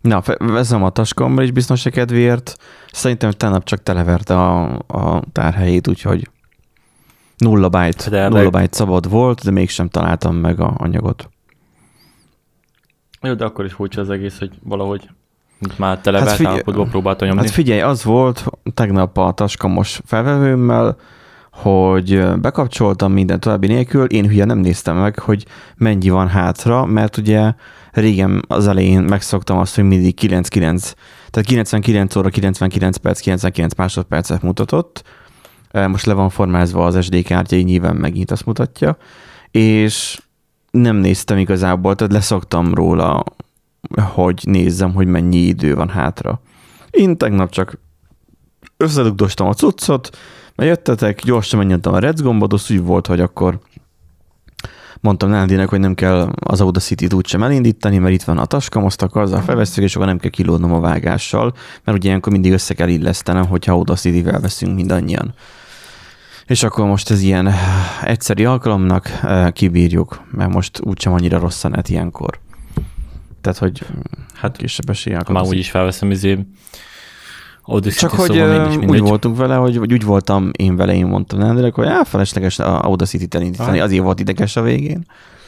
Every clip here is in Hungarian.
Na, vezem a taskomba is biztonság kedvéért. Szerintem tegnap csak televerte a tárhelyét, úgyhogy 0 byte szabad volt, de mégsem találtam meg a anyagot. Jó, de akkor is furcsa az egész, hogy valahogy már televert állapotban próbáltam nyomni. Hát figyelj, az volt tegnap a taskamos felvevőmmel, hogy bekapcsoltam minden további nélkül, én hülye nem néztem meg, hogy mennyi van hátra, mert ugye régen az elején megszoktam azt, hogy mindig 99 óra, 99 perc, 99 másodpercet mutatott. Most le van formázva az SD kártya, így nyilván megint azt mutatja, és nem néztem igazából, tehát leszoktam róla, hogy nézzem, hogy mennyi idő van hátra. Én tegnap csak összedugdostam a cuccot, mert jöttetek, gyorsan megnyomtam a Reds gombot, az úgy volt, hogy akkor mondtam Nándinek, hogy nem kell az Audacity-t úgysem elindítani, mert itt van a taskam, azt akkor azzal felveszünk, és akkor nem kell kilódnom a vágással, mert ugye ilyenkor mindig össze kell illesztenem, hogyha Audacity-vel veszünk mindannyian. És akkor most ez ilyen egyszeri alkalomnak kibírjuk, mert most úgysem annyira rossz a net ilyenkor. Tehát, hogy hát kisebb eséllyel. Már úgyis felveszem csak hogy úgy voltunk vele, hogy úgy voltam én vele, én mondtam Nándinek, hogy felesleges Audacity-t elindítani, azért volt ideges a végén.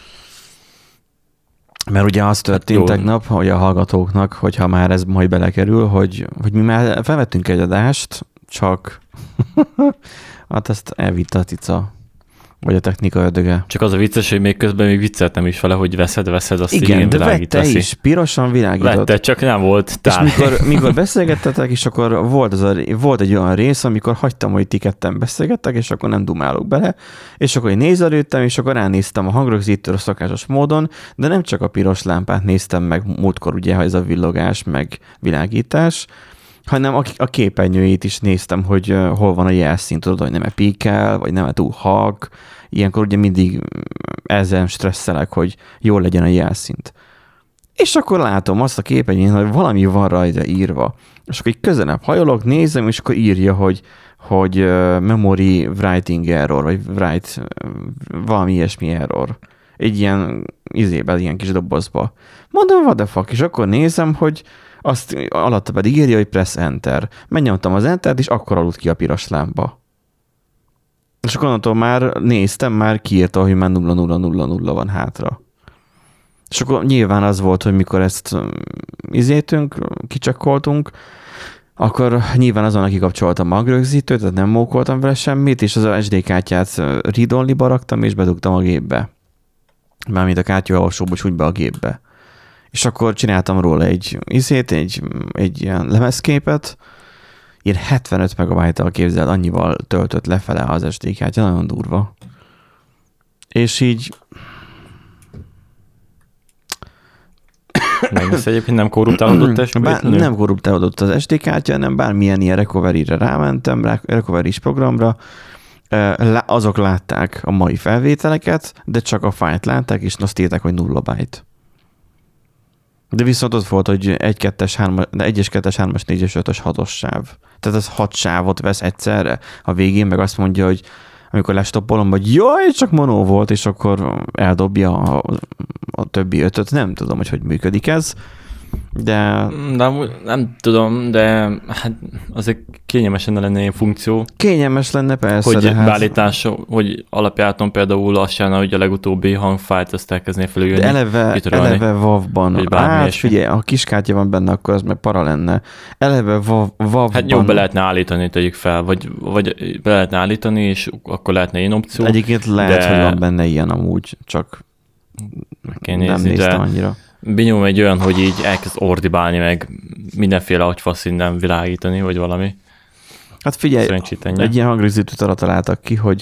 Mert ugye az történt tegnap, hogy a hallgatóknak, hogyha már ez majd belekerül, hogy mi már felvettünk egy adást, csak hát ezt elvitte a cica, vagy a technika ördöge. Csak az a vicces, hogy még közben még vicceltem is vele, hogy veszed, azt igen, de vette is, pirosan világított. Vette, csak nem volt tár. És mikor beszélgettetek, és akkor volt egy olyan rész, amikor hagytam, hogy ti ketten beszélgettek, és akkor nem dumálok bele, és akkor én nézelődtem, és akkor ránéztem a hangrögzítőre szokásos módon, de nem csak a piros lámpát néztem meg múltkor, ugye, ha ez a villogás, meg világítás, hanem a képernyőjét is néztem, hogy hol van a jelszín, tudod, hogy nem-e píkel, vagy nem-e túl halk. Ilyenkor ugye mindig ezzel stresszelek, hogy jól legyen a jelszint. És akkor látom azt a képernyőn, hogy valami van rajta írva. És akkor így közelebb hajolok, nézem, és akkor írja, hogy memory writing error, vagy write valami ilyesmi error. Egy ilyen ilyen kis dobozba. Mondom, what the fuck? És akkor nézem, hogy azt alatta pedig írja, hogy press enter. Megnyomtam az entert, és akkor aludt ki a piros lámpa. És akkor onnantól már néztem, már kiírta, hogy már 0000 van hátra. És akkor nyilván az volt, hogy mikor ezt kicsekkoltunk, akkor nyilván azon kikapcsoltam a magrögzítőt, tehát nem mókoltam vele semmit, és az a SD kártyát read-only-ba raktam, és bedugtam a gépbe. Mármint a kártya alsóbb, és úgy be a gépbe. És akkor csináltam róla egy ilyen lemezképet, ilyen 75 megabájttal képzeld, annyival töltött lefele az SD kártya, nagyon durva. És így... Megnézd, egyébként nem korruptálódott nem korruptálódott az SD kártya, hanem bármilyen ilyen recovery-re rámentem, recovery-s programra, azok látták a mai felvételeket, de csak a fájlt látták, és azt írták, hogy 0 byte. De viszont ott volt, hogy 1-es, 2-es, 3-as, 4-es, 5-ös, 6-os sáv. Tehát ez 6 sávot vesz egyszerre. A végén meg azt mondja, hogy amikor lestoppolom, hogy jaj, csak mono volt, és akkor eldobja a többi 5-öt. Nem tudom, hogy működik ez. De nem tudom, de hát azért kényelmesen lenne ilyen funkció. Kényelmes lenne, persze. Hogy beállítás, hogy alapjáton például azt csinálna, hogy a legutóbbi hangfájlt azt elkezdné felüljönni. Eleve WAV-ban. Hát figyelj, ha kiskártya van benne, akkor az meg para lenne. Eleve WAV-ban. Hát jó, be lehetne állítani, tegyük fel, vagy be lehetne állítani, és akkor lehetne ilyen opció. Egyébként lehet, hogy van benne ilyen amúgy, csak nem néztem annyira. Binyom egy olyan, hogy így elkezd ordibálni, meg mindenféle agyfasz innen világítani, vagy valami. Hát figyelj, egy ilyen hangrögzítőt arra találtak ki, hogy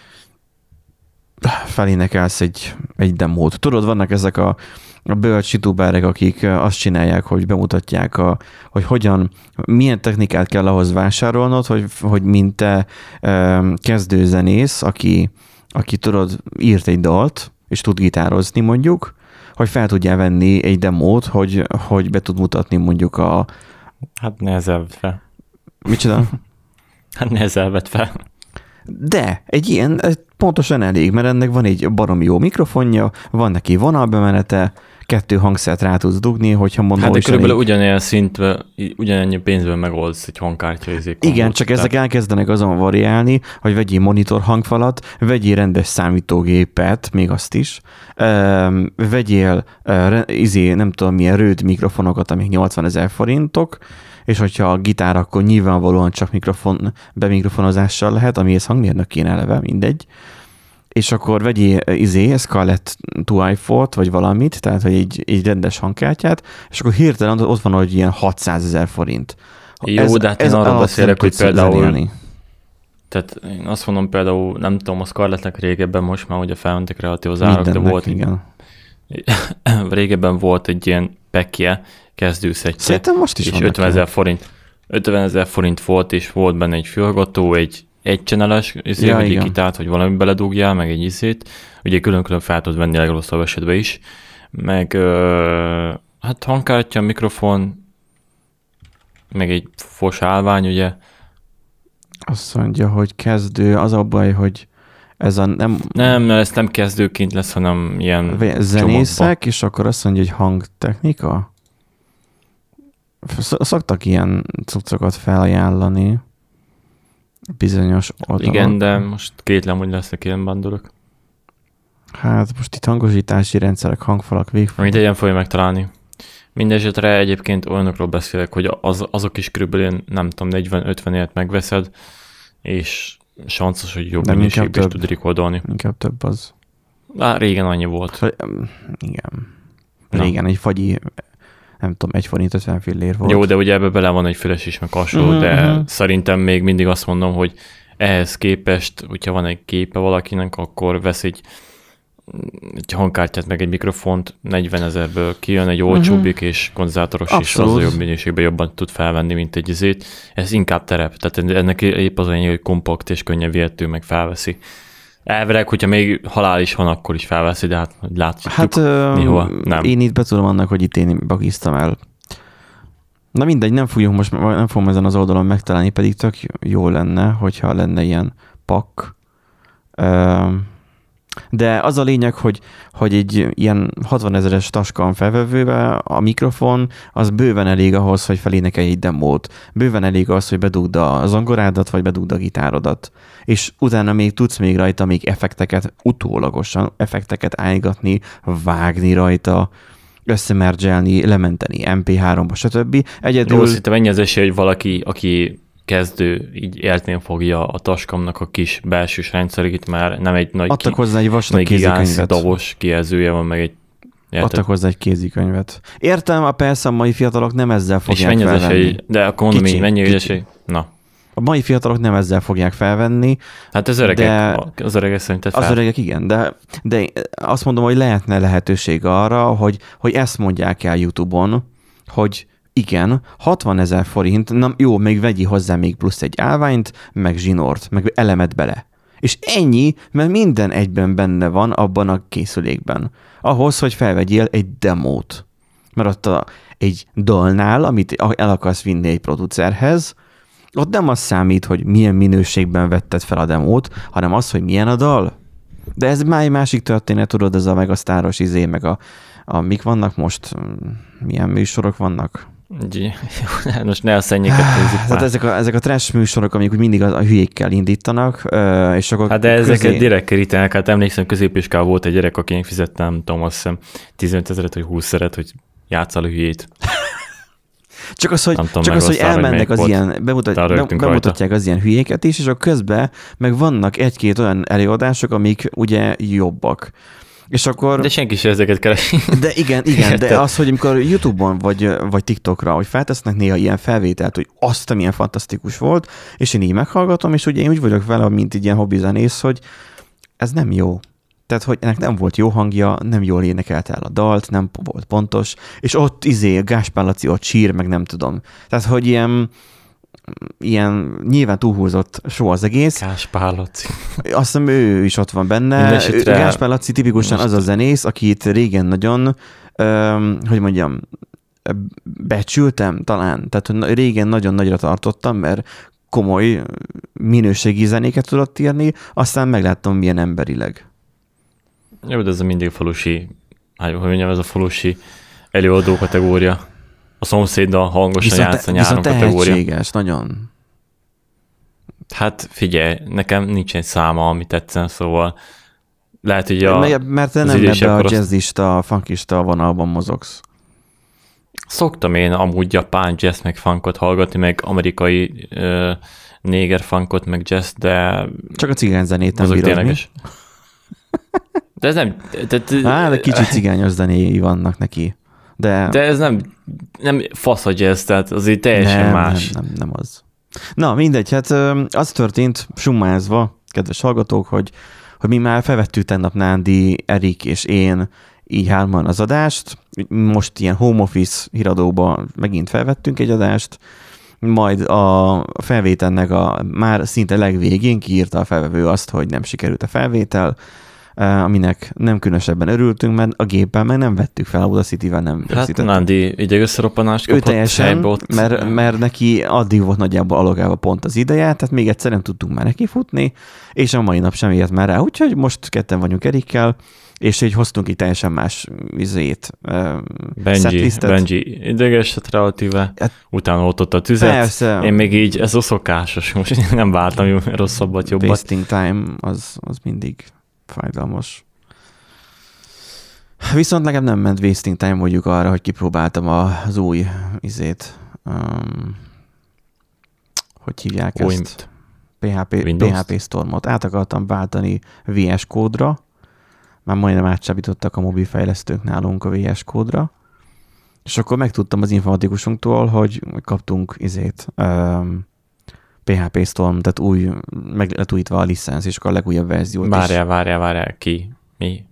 felénekelsz egy demót. Tudod, vannak ezek a bölcs youtuberek, akik azt csinálják, hogy bemutatják, hogy milyen technikát kell ahhoz vásárolnod, hogy mint te kezdőzenész, aki tudod, írt egy dalt, és tud gitározni mondjuk, hogy fel tudjál venni egy demót, hogy be tud mutatni mondjuk Hát nehezel fel. Micsoda? Hát nehezel vett fel. De egy ilyen pontosan elég, mert ennek van egy baromi jó mikrofonja, van neki vonalbemenete, 2 hangszert rá tudsz dugni, hogyha mondom, Hát de körülbelül ugyanilyen szintben, ugyanennyi pénzben megoldsz egy hangkártya igen, csak ezek elkezdenek azon variálni, hogy vegyél monitor hangfalat, vegyél rendes számítógépet, még azt is, vegyél nem tudom milyen rövid mikrofonokat, amik 80 000 forintok, és hogyha a gitár, akkor nyilvánvalóan csak bemikrofonozással lehet, amihez hangmérnök kéne eleve, mindegy. És akkor vegyél Scarlett 2i4-t, vagy valamit, tehát hogy egy rendes hangkártyát, és akkor hirtelen ott van, hogy ilyen 600 000 forint. Jó, de hát én arról beszélek, hogy például... Tehát én azt mondom például, nem tudom, a Scarlettnek régebben most már ugye felmentek relatív az árak, de volt... Igen. Régebben volt egy ilyen pekje, kezdőszettje. Szerintem most is és 50 000 forint. 50 000 forint volt, és volt benne egy fülhallgató, egy cseneles vagy egy gitárt, hogy valami beledugjál, meg egy izét. Ugye külön-külön fel tud venni legrosszabb esetben is. Meg hát hangkártya, mikrofon, meg egy fos állvány, ugye. Azt mondja, hogy kezdő, az a baj, hogy ez a Nem, ez nem kezdőként lesz, hanem ilyen zenészek, csomagba. és akkor azt mondja, hogy hangtechnika. Szoktak ilyen cuccokat felajánlani bizonyos oldalak. Igen, de most kétlem, hogy lesznek ilyen bandolok. Hát most itt hangosítási rendszerek, hangfalak, végfalak. Mindegy, fogja megtalálni. Mindenesetre egyébként olyanokról beszélek, hogy azok is körülbelül, nem tudom, 40-50 élet megveszed, és sanszos, hogy jobb minőségben is tud rekordolni. Inkább több az. Régen annyi volt. Igen. Régen egy fagyi, nem tudom, 1 forint 50 fillér volt. Jó, de ugye ebbe bele van egy füles is, meg hasonló, de szerintem még mindig azt mondom, hogy ehhez képest, hogyha van egy képe valakinek, akkor vesz egy hangkártyát, meg egy mikrofont, 40 000-ből kijön egy olcsóbbik, és kondenzátoros is, az a jobb minőségben jobban tud felvenni, mint egy izét. Ez inkább terep, tehát ennek épp az ennyi, hogy kompakt és könnyen vihető, meg felveszi. Elvileg, hogyha még halál is van, akkor is felveszi, de hát látjuk, néhol nem. Én itt betudom annak, hogy itt én bagiztam el. Na mindegy, nem fogom ezen az oldalon megtalálni, pedig tök jó lenne, hogyha lenne ilyen pak. De az a lényeg, hogy egy ilyen 60 000-es taskan felvevővel a mikrofon, az bőven elég ahhoz, hogy felénekelj egy demót. Bőven elég az, hogy bedugd a zongorádat, vagy bedugd a gitárodat. És utána még tudsz még rajta még effekteket, utólagosan effekteket állgatni, vágni rajta, összemergelni, lementeni MP3-ba, stb. Egyedül... Jó, szerintem ennyi az esély, hogy valaki, aki kezdő, így érteni fogja a taskamnak a kis belsős rendszerét, már nem egy nagy adtak hozzá egy vastag kézikönyvet. Davos kijelzője van, meg egy... Érted? Adtak hozzá egy kézikönyvet. Értem, persze a mai fiatalok nem ezzel fogják felvenni. De akkor mondom így, mennyi esély? Na. A mai fiatalok nem ezzel fogják felvenni. Hát az öregek, az öregek szerinted fel. Az öregek igen, de azt mondom, hogy lehetne lehetőség arra, hogy ezt mondják el YouTube-on, hogy igen, 60 000 forint, na jó, még vegyi hozzá még plusz egy állványt, meg zsinort, meg elemet bele. És ennyi, mert minden egyben benne van abban a készülékben. Ahhoz, hogy felvegyél egy demót. Mert ott egy dalnál, amit el akarsz vinni egy producerhez, ott nem az számít, hogy milyen minőségben vetted fel a demót, hanem az, hogy milyen a dal. De ez már egy másik történet, tudod, ez a megasztáros meg a mik vannak most, milyen műsorok vannak. Most ne a szennyéket nézzük már. Ezek a trash műsorok, amik úgy mindig a hülyékkel indítanak, és akkor hát de ezeket direkt kerítenek, hát emlékszem, középiskolában volt egy gyerek, akinek fizettem, nem tudom, azt hiszem 15 000 vagy 20 000, hogy játsszál a hülyét. Csak az, hogy elmennek az ilyen, bemutatják az ilyen hülyéket is, és a közben meg vannak egy-két olyan előadások, amik ugye jobbak. És akkor... De senki sem ezeket keresi. De igen, de az, hogy amikor YouTube-on vagy TikTokra, hogy feltesznek néha ilyen felvételt, hogy azt, milyen fantasztikus volt, és én így meghallgatom, és ugye én úgy vagyok vele, mint egy ilyen hobbizenész, hogy ez nem jó. Tehát, hogy ennek nem volt jó hangja, nem jól énekelte el a dalt, nem volt pontos, és ott Gáspár Laci ott sír, meg nem tudom. Tehát, hogy ilyen nyilván túlhúzott show az egész. Gáspár Laci. Azt hiszem, ő is ott van benne. Gáspár Laci tipikusan az a zenész, akit régen nagyon, hogy mondjam, becsültem talán. Tehát régen nagyon nagyra tartottam, mert komoly minőségi zenéket tudott írni, aztán megláttam milyen emberileg. Jó, de ez a mindig falusi hogy mondjam, ez a falusi előadó kategória. A szomszéddal hangosan játszani nyáron kategória. Viszont tehetséges, nagyon. Hát figyelj, nekem nincs egy száma, ami tetszen, szóval lehet, hogy mert te nem ebbe a jazzista, funkista vonalban mozogsz. Szoktam én amúgy japán jazz, meg funkot hallgatni, meg amerikai néger funkot, meg jazz, de... Csak a cigányzenét nem bírod, De ez nem... de kicsit cigányos zenéi vannak neki. De ez nem fasz a jazz, tehát azért teljesen más. Nem az. Na, mindegy, hát az történt, summázva, kedves hallgatók, hogy mi már felvettük tegnap Nándi, Erik és én így hárman az adást. Most ilyen home office híradóba megint felvettünk egy adást, majd a felvételnek a már szinte legvégén kiírta a felvevő azt, hogy nem sikerült a felvétel, aminek nem különösebben örültünk, mert a géppel meg nem vettük fel, Audacity-vel nem rögzítettük. Hát Nándi idegösszeroppanást kapott. Ő teljesen, mert neki addig volt nagyjából alokálva pont az ideje, tehát még egyszer nem tudtunk már neki futni, és a mai nap sem ért már rá, úgyhogy most ketten vagyunk Erikkel, és így hoztunk egy teljesen más Benji idegesett relatíve, hát, utána oltott a tüzet. Persze. Én még így, ez szokásos, most nem vártam rosszabbat, jobbat. Wasting time, az mindig fájdalmas. Viszont nekem nem ment wasting time mondjuk arra, hogy kipróbáltam az új hogy hívják ezt? PHP Stormot. Át akartam váltani VS kódra, már majdnem átsábítottak a mobilfejlesztők nálunk a VS kódra, és akkor megtudtam az informatikusunktól, hogy kaptunk PHP Storm, tehát meg lett újítva a licensz, és akkor a legújabb verziót Várjál, ki? Mi?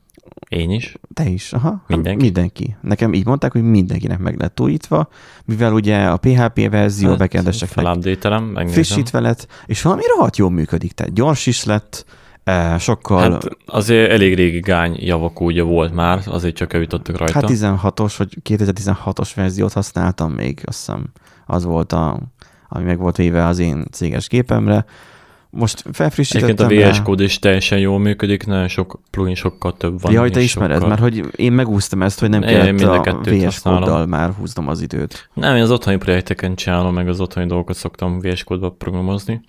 Én is? Te is, aha. Mindenki? Nekem így mondták, hogy mindenkinek meg lett újítva, mivel ugye a PHP verzió backendesek frissítve lett, és valami rohadt jól működik, tehát gyors is lett, sokkal... Hát azért elég régi gány javak ugye volt már, azért csak javítottak rajta. Hát 16-os, vagy 2016-os verziót használtam még, azt hiszem az volt ami meg volt véve az én céges gépemre. Most felfrissítettem. Egyébként a VS Code is teljesen jól működik, nagyon sok plugin, sokkal több van. Ja, hogy te ismered, mert hogy én megúsztam ezt, hogy nem kellett a VS Code-dal már húznom az időt. Nem, én az otthoni projekteken csinálom, meg az otthoni dolgokat szoktam VS Code-ba programozni.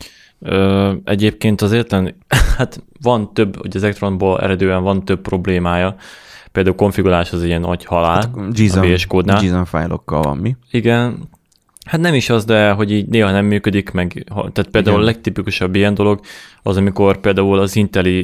Egyébként azért hát van több, hogy az Electronból eredően van több problémája. Például konfigurálás az egy ilyen nagy halál hát a VS Code-nál. JSON fájlokkal van mi? Igen. Hát nem is az, de hogy így néha nem működik meg. Tehát például a legtipikusabb ilyen dolog az, amikor például az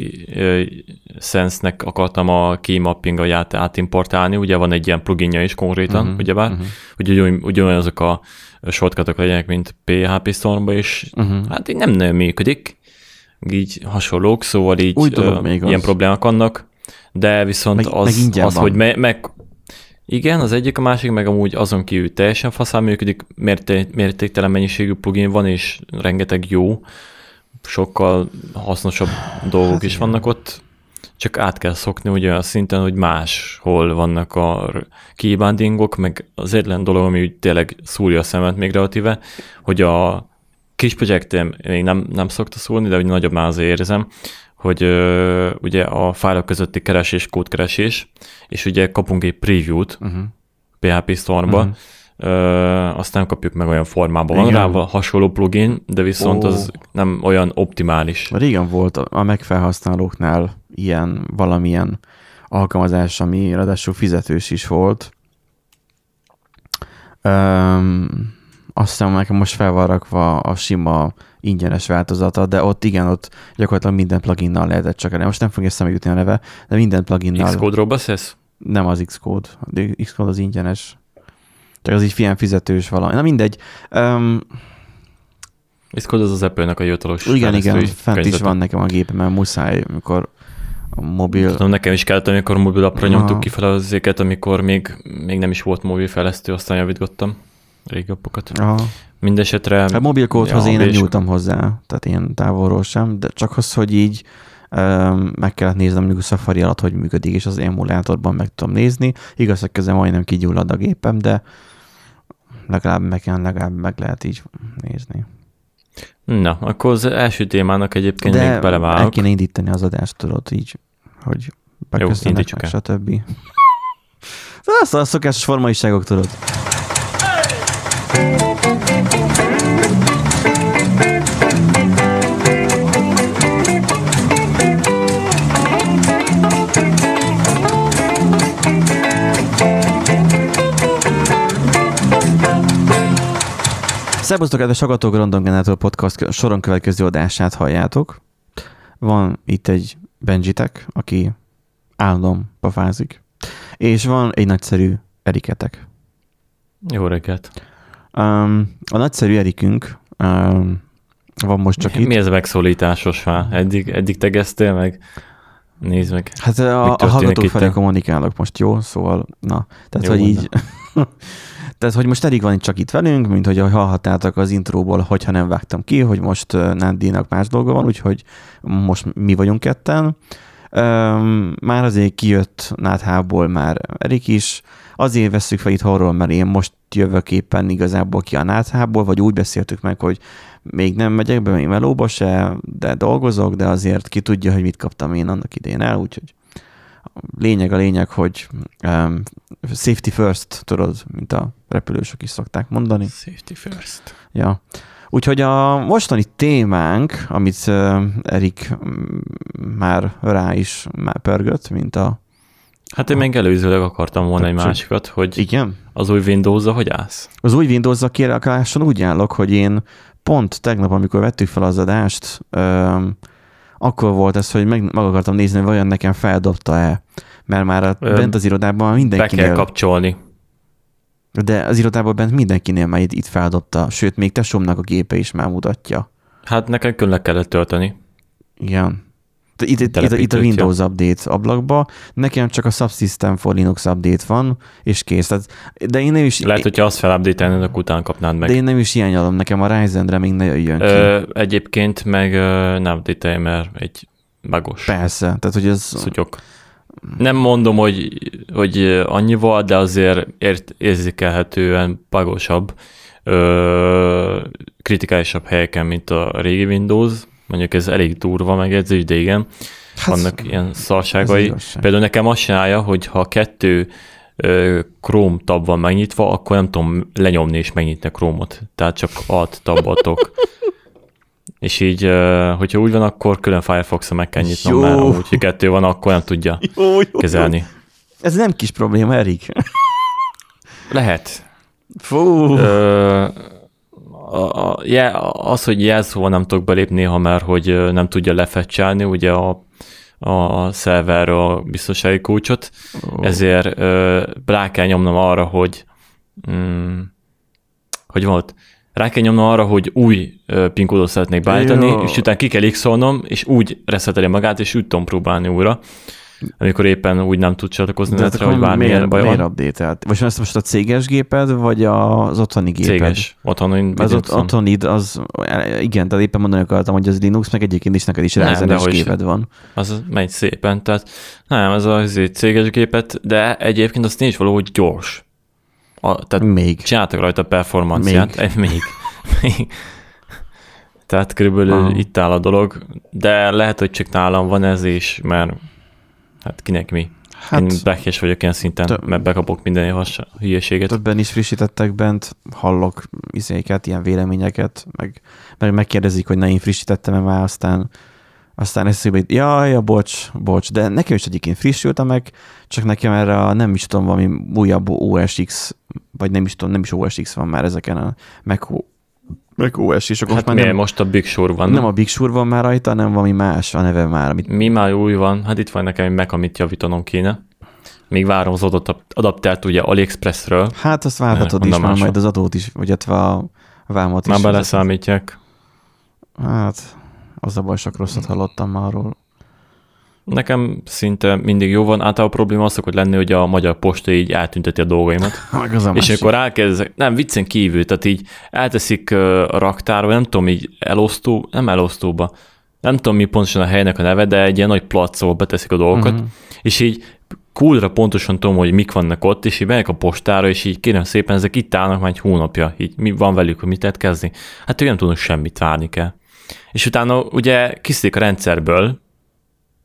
IntelliSense-nek akartam a key mappingját átimportálni, ugye van egy ilyen pluginja is konkrétan, ugyebár, hogy ugyanolyan azok a shortcutok legyenek, mint PHP Stormba is. Hát így nem működik. Így hasonlók, szóval így ilyen problémák vannak, de viszont hogy igen, az egyik, a másik meg amúgy azon kívül teljesen faszán működik, mértéktelen mennyiségű plugin van, és rengeteg jó, sokkal hasznosabb dolgok is vannak ott, csak át kell szokni ugye olyan szinten, hogy máshol vannak a keybindingok, meg az egyetlen dolog, ami úgy tényleg szúrja a szemet még relatíve, hogy a kis projektem még nem szokta szúrni, de ugye nagyobb már azért érzem, hogy ugye a fájlok közötti keresés, kódkeresés, és ugye kapunk egy preview-t PHP Stormba, azt nem kapjuk meg olyan formában. Van rá hasonló plugin, de viszont az nem olyan optimális. Régen volt a megfelhasználóknál valamilyen alkalmazás, ami ráadásul fizetős is volt. Azt hiszem, nekem most fel van rakva a sima ingyenes változata, de ott gyakorlatilag minden pluginnal lehetett csak. Most nem fog eszembe jutni a neve, de minden pluginnal... Xcode-ról beszélsz? Nem az Xcode. Xcode az ingyenes. Csak az így ilyen fizetős valami. Na mindegy. Xcode az Apple-nek a hivatalos igen, fent is van nekem a gépemen, muszáj, amikor a mobil... Tudom, nekem is kellett, amikor a mobilapra nyomtuk kifele az éket, amikor még nem is volt mobilfejlesztő, aztán javítgattam régi appokat. Mindesetre... A mobilkódhoz én nem nyúltam hozzá, tehát én távolról sem, de csak az, hogy így meg kellett néznem mondjuk a Safari alatt, hogy működik, és az emulátorban meg tudom nézni. Igaz, hogy közben majdnem kigyullad a gépem, de legalább meg lehet így nézni. Na, akkor az első témának egyébként még beleválok. El kéne indítani az adást, tudod így, hogy beköszönnek, meg stb. Ez a szokásos formaiságok, tudod. Szerbusztok, kedves hallgatók, a Random Generator Podcast soron következő adását halljátok. Van itt egy Benjitek, aki állandóan pofázik. És van egy nagyszerű Eriketek. Jó reggelt. A nagyszerű Erikünk van most csak itt. Mi ez a megszólításos már? Eddig tegeztél meg? Nézd meg. Hát a hallgatók felé kommunikálok most, jó? Szóval, na. Tehát, jó, hogy így... Tehát, hogy most Erik van itt csak itt velünk, mint hogy hallhattátok az intróból, hogyha nem vágtam ki, hogy most Nádinak más dolga van, úgyhogy most mi vagyunk ketten. Már azért kijött Náthából már Erik is. Azért vesszük fel itt arról, mert én most jövök éppen igazából ki a Náthából, vagy úgy beszéltük meg, hogy még nem megyek be, még melóba se, de dolgozok, de azért ki tudja, hogy mit kaptam én annak idén el, úgyhogy a lényeg, hogy safety first, tudod, mint a repülősök is szokták mondani. Safety first. Ja. Úgyhogy a mostani témánk, amit Erik már rá is pörgött, mint a... Hát én még előzőleg akartam volna egy másikat, hogy igen? Az új Windows-a hogy állsz? Az új Windows-a kialakuláson úgy állok, hogy én pont tegnap, amikor vettük fel az adást, akkor volt ez, hogy meg akartam nézni, hogy vajon nekem feldobta-e, mert már bent az irodában mindenkinél... Be kell kapcsolni. De az irodában bent mindenkinél már itt feldobta, sőt, még tesómnak a gépe is már mutatja. Hát nekem külön kellett tölteni. Igen. Itt a Windows Update ablakba, nekem csak a Subsystem for Linux Update van, és kész. De én nem is... Lehet, hogyha azt felupdate-elned, akkor után kapnád meg. De én nem is hiányolom, nekem a Ryzenre még ne jöjjön ki. Egyébként meg nem update-elj, mert egy bugos. Persze, tehát hogy ez... Szutyok. Nem mondom, hogy annyival, de azért érzékelhetően bugosabb, kritikálisabb helyeken, mint a régi Windows. Mondjuk ez elég durva megjegyzés, de igen, vannak ilyen szarságai. Például nekem azt csinálja, hogy ha 2 Chrome tab van megnyitva, akkor nem tudom lenyomni és megnyitni a Chrome-ot. Tehát csak alt tabatok. És így, hogyha úgy van, akkor külön Firefox-ra meg kell nyitnom, mert amúgy, hogy 2 van, akkor nem tudja kezelni. Ez nem kis probléma, Erik. Lehet. Fú. Az, hogy jelszóval nem tudok belépni néha, mert hogy nem tudja lefetcselni ugye a szerverről a biztonsági kulcsot, ezért rá kell nyomnom arra, hogy volt? Rá kell nyomnom arra, hogy új PIN kódot szeretnék beállítani, és utána ki kell x-olnom, és úgy reszeteli magát, és úgy tudom próbálni újra, amikor éppen úgy nem tud csatlakozni netre, hogy bármilyen baj van. Miért update-elt? Vagy most a céges géped, vagy az otthoni géped? Céges. Az otthonid, az, igen, tehát éppen mondani akartam, hogy az Linux, meg egyébként is neked is Ryzen-es géped van. Az megy szépen, tehát nem, ez a céges gépet, de egyébként azt nincs valahogy gyors. Tehát még. Csináltak rajta performanciát. Még. Tehát körülbelül itt áll a dolog, de lehet, hogy csak nálam van ez is, mert hát kinek mi? Hát, én bekés vagyok ilyen szinten, mert bekapok minden hülyeséget. Többen is frissítettek bent, hallok ilyen véleményeket, meg megkérdezik, hogy ne én frissítettem-e már, aztán eszébe, jaj, bocs, de nekem is egyébként frissültem meg, csak nekem erre nem is tudom, valami újabb OS X, vagy nem is OS X van már ezeken a Mac OS is. Hát miért most a Big Sur van? Nem a Big Sur van már rajta, hanem valami más a neve már. Mi már új van? Hát itt van nekem egy Mac, amit javítanom kéne. Még várom az adaptert ugye AliExpressről. Hát azt várhatod is, már majd az adót is, vagy a vámot is. Már beleszámítják. Hát az a baj, sok rosszat hallottam már arról. Nekem szinte mindig jó van. Általában a probléma az szokott lenni, hogy a Magyar Posta így eltünteti a dolgaimat. És akkor elkezdek, nem viccen kívül, tehát így elteszik a raktárba, nem tudom, így nem elosztóba, nem tudom mi pontosan a helynek a neve, de egy ilyen nagy placról beteszik a dolgokat, és így coolra pontosan tudom, hogy mik vannak ott, és így megyek a postára, és így kérem szépen, ezek itt állnak már egy hónapja, így mi van velük, hogy mit lehet kezdeni. Hát ő nem tudnak semmit, várni kell. És utána ugye kiszik a rendszerből,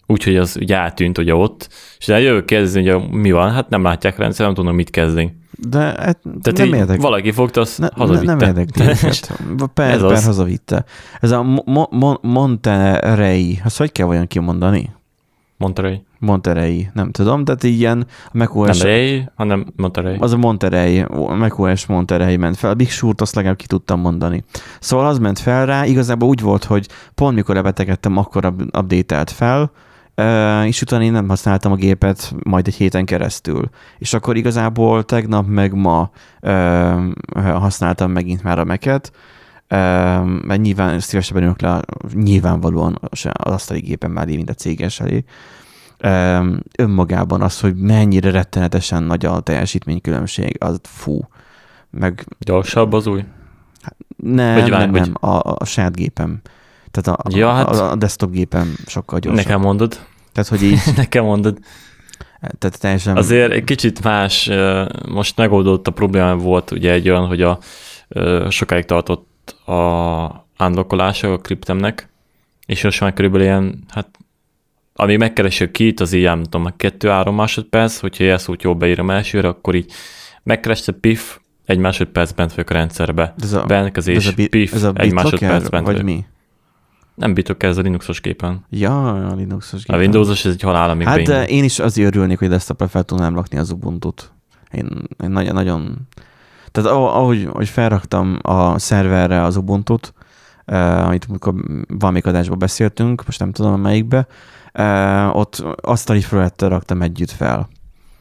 úgyhogy az ugye eltűnt ugye ott, és jövök kérdezni, hogy mi van, hát nem látják rendszer, nem tudom mit kezdeni. De hát tehát nem érdekli. Valaki fogta, azt hazavitte. Nem érdekli. Per hazavitte. Ez a Monterey, azt hogy kell olyan kimondani? Monterey, nem tudom, tehát ilyen macOS... Nem Ray, hanem Monterey. Az a Monterey, macOS Monterey ment fel. A Big Sur-t azt legalább ki tudtam mondani. Szóval az ment fel rá, igazából úgy volt, hogy pont mikor lebetegedtem, akkor update-elt fel, és utána én nem használtam a gépet majd egy héten keresztül. És akkor igazából tegnap meg ma használtam megint már a Mac-et, mert nyilván szívesebben ülök le nyilvánvalóan az asztali gépen már mint a céges elé. Önmagában az, hogy mennyire rettenetesen nagy a teljesítménykülönbség, az meg... Gyorsabb az új? Nem, a saját gépem. Tehát a desktop gépem sokkal gyorsabb. Nekem mondod. Tehát, hogy így... Nekem mondod. Tehát teljesen... Azért egy kicsit más, most megoldott a probléma volt ugye egy olyan, hogy sokáig tartott a unlockolása a kriptemnek, és most már körülbelül ilyen, hát amíg megkeresi a keyt, az így nem tudom, 2-3 másodperc, hogyha jelszót jól beírom elsőre, akkor így megkereste pif, 1 másodperc bent vagyok a rendszerbe. Bejelentkezés, pif, 1 másodperc bent vagy mi? Nem BitLocker, ez a Linuxos gépen. Ja, a Linuxos gépen. A Windowsos ez egy halál, amíg hát de én is azért örülnék, hogy desktopra fel tudnám rakni az Ubuntu-t. Én nagyon... Tehát ahogy felraktam a szerverre az Ubuntu-t, amit valamelyik adásban beszéltünk, most nem tudom melyikbe, ott asztali felülettel raktam együtt fel.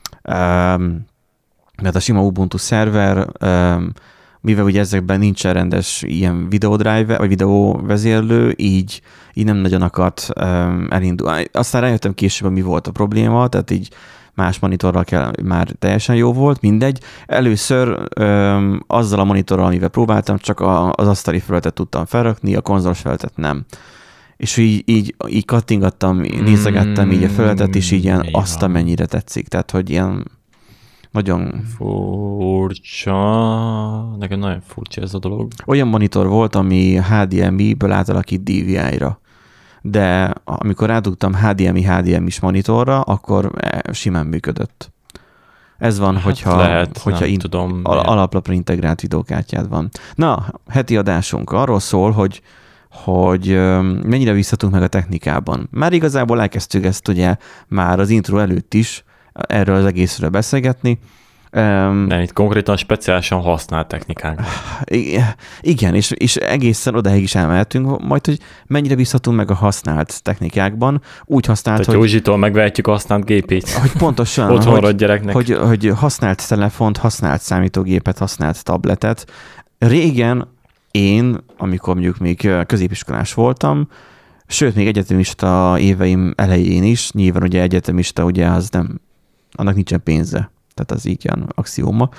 Mert a sima Ubuntu szerver, mivel ugye ezekben nincsen rendes ilyen videodrive, vagy videóvezérlő, így nem nagyon akart elindulni. Aztán rájöttem később, mi volt a probléma, tehát így más monitorral már teljesen jó volt, mindegy. Először azzal a monitorral, amivel próbáltam, csak az asztali felületet tudtam felrakni, a konzolos felületet nem. És így kattingattam, nézegettem így a felületet, és így ilyen azt, amennyire tetszik. Tehát, hogy ilyen nagyon... Furcsa. Nekem nagyon furcsa ez a dolog. Olyan monitor volt, ami HDMI-ből átalakít DVI-ra. De amikor rádugtam HDMI-is monitorra, akkor simán működött. Ez van, hát hogyha alaplapra integrált videókártyád van. Na, heti adásunk arról szól, hogy mennyire visszatunk meg a technikában. Már igazából elkezdtük ezt ugye már az intro előtt is erről az egészről beszélgetni. Nem, itt konkrétan speciálisan használt technikánk. Igen, és egészen odaig is elmehetünk, majd, hogy mennyire visszatunk meg a használt technikákban. Úgy használt, hogy... Józsitól megvehetjük a használt gépét. Hogy pontosan. Otthonra gyereknek. Hogy használt telefont, használt számítógépet, használt tabletet. Régen én, amikor mondjuk még középiskolás voltam, sőt, még egyetemista éveim elején is, nyilván ugye egyetemista, ugye az nem, annak nincsen pénze. Tehát az így ilyen axióma.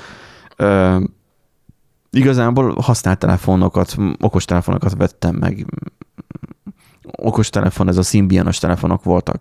Igazából használt telefonokat, okostelefonokat vettem meg. Okostelefon, ez a Symbianos telefonok voltak.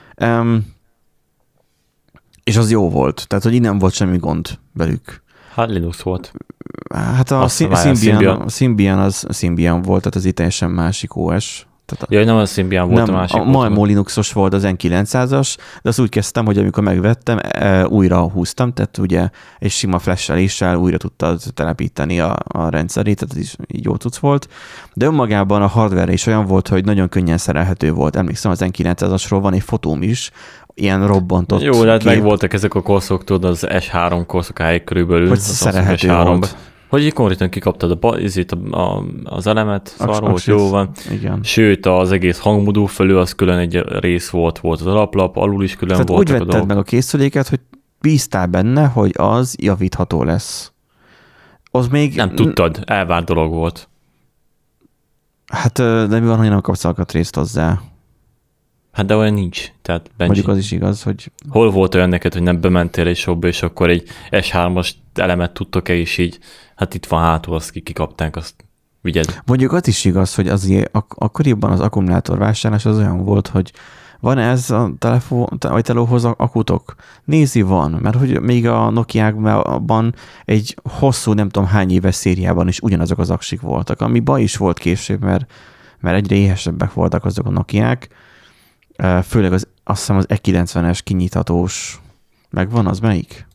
És az jó volt. Tehát, hogy így nem volt semmi gond velük. Hát Linux volt. Hát a Symbian az Symbian volt, tehát az itt teljesen másik OS. Jaj, nem a Symbian volt, nem, a másik. A Malmo Linuxos volt az N900-as, de azt úgy kezdtem, hogy amikor megvettem, újra húztam, tehát ugye egy sima flash-eléssel újra tudtad telepíteni a rendszerét, tehát ez így jó cucc volt. De önmagában a hardware is olyan volt, hogy nagyon könnyen szerelhető volt. Emlékszem, az N900-asról van egy fotóm is, ilyen robbantott jó, de hát meg voltak ezek a korszok, tudod, az S3 korszokáig körülbelül. Hogy szerelhető volt. Hogy így konkrétan kikaptad az elemet, szóval hogy jó van. Igen. Sőt, az egész hangmodul fölül az külön egy rész volt az alaplap, alul is külön tehát voltak úgy vetted meg a készüléket, hogy bíztál benne, hogy az javítható lesz. Az még... Nem tudtad, elvárt dolog volt. Hát, de mi van, hogy nem kapsz alkatrészt hozzá? Hát de olyan nincs. Tehát mondjuk az is igaz, hogy... Hol volt olyan neked, hogy nem bementél egy shopba, és akkor egy S3-as elemet tudtok-e, és így, hát itt van hátul, azt kikapták, azt vigyed. Mondjuk az is igaz, hogy azért akkoriban az akkumulátorvásárlás az olyan volt, hogy van ez a telóhoz akutok? Nézi, van, mert hogy még a Nokiákban egy hosszú, nem tudom hány éves szériában is ugyanazok az aksik voltak, ami baj is volt később, mert egyre éhesebbek voltak azok a Nokiák. Főleg azt hiszem az E90-es kinyithatós megvan, az melyik?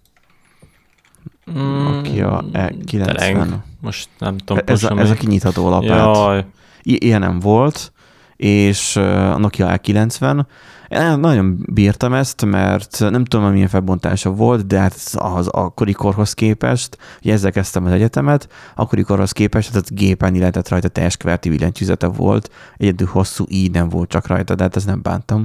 Aki a E90. Most nem tudom. Ez a kinyitható lapát. Jaj. Ilyen nem volt, és a Nokia E90. Én nagyon bírtam ezt, mert nem tudom, milyen felbontása volt, de hát az akkori korhoz képest, ugye ezzel kezdtem az egyetemet, akkori korhoz képest, tehát gépen lehetett rajta, teljes kverti billentyűzete volt, egyedül hosszú így nem volt csak rajta, de hát ezt nem bántam.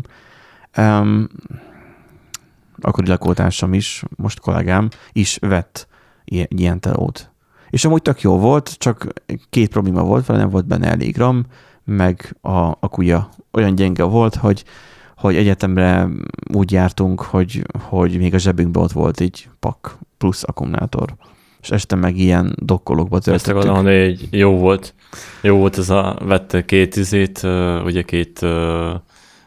Akkori lakótársam is, most kollégám is vett ilyen telót. És amúgy tök jó volt, csak 2 probléma volt vele, nem volt benne elég RAM, meg a kúja olyan gyenge volt, hogy egyetemre úgy jártunk, hogy még a zsebünkben ott volt így pak plusz akkumulátor. És este meg ilyen dokkolókba töltöttük. Ezt akarom, hogy jó volt ez vette 2 ugye 2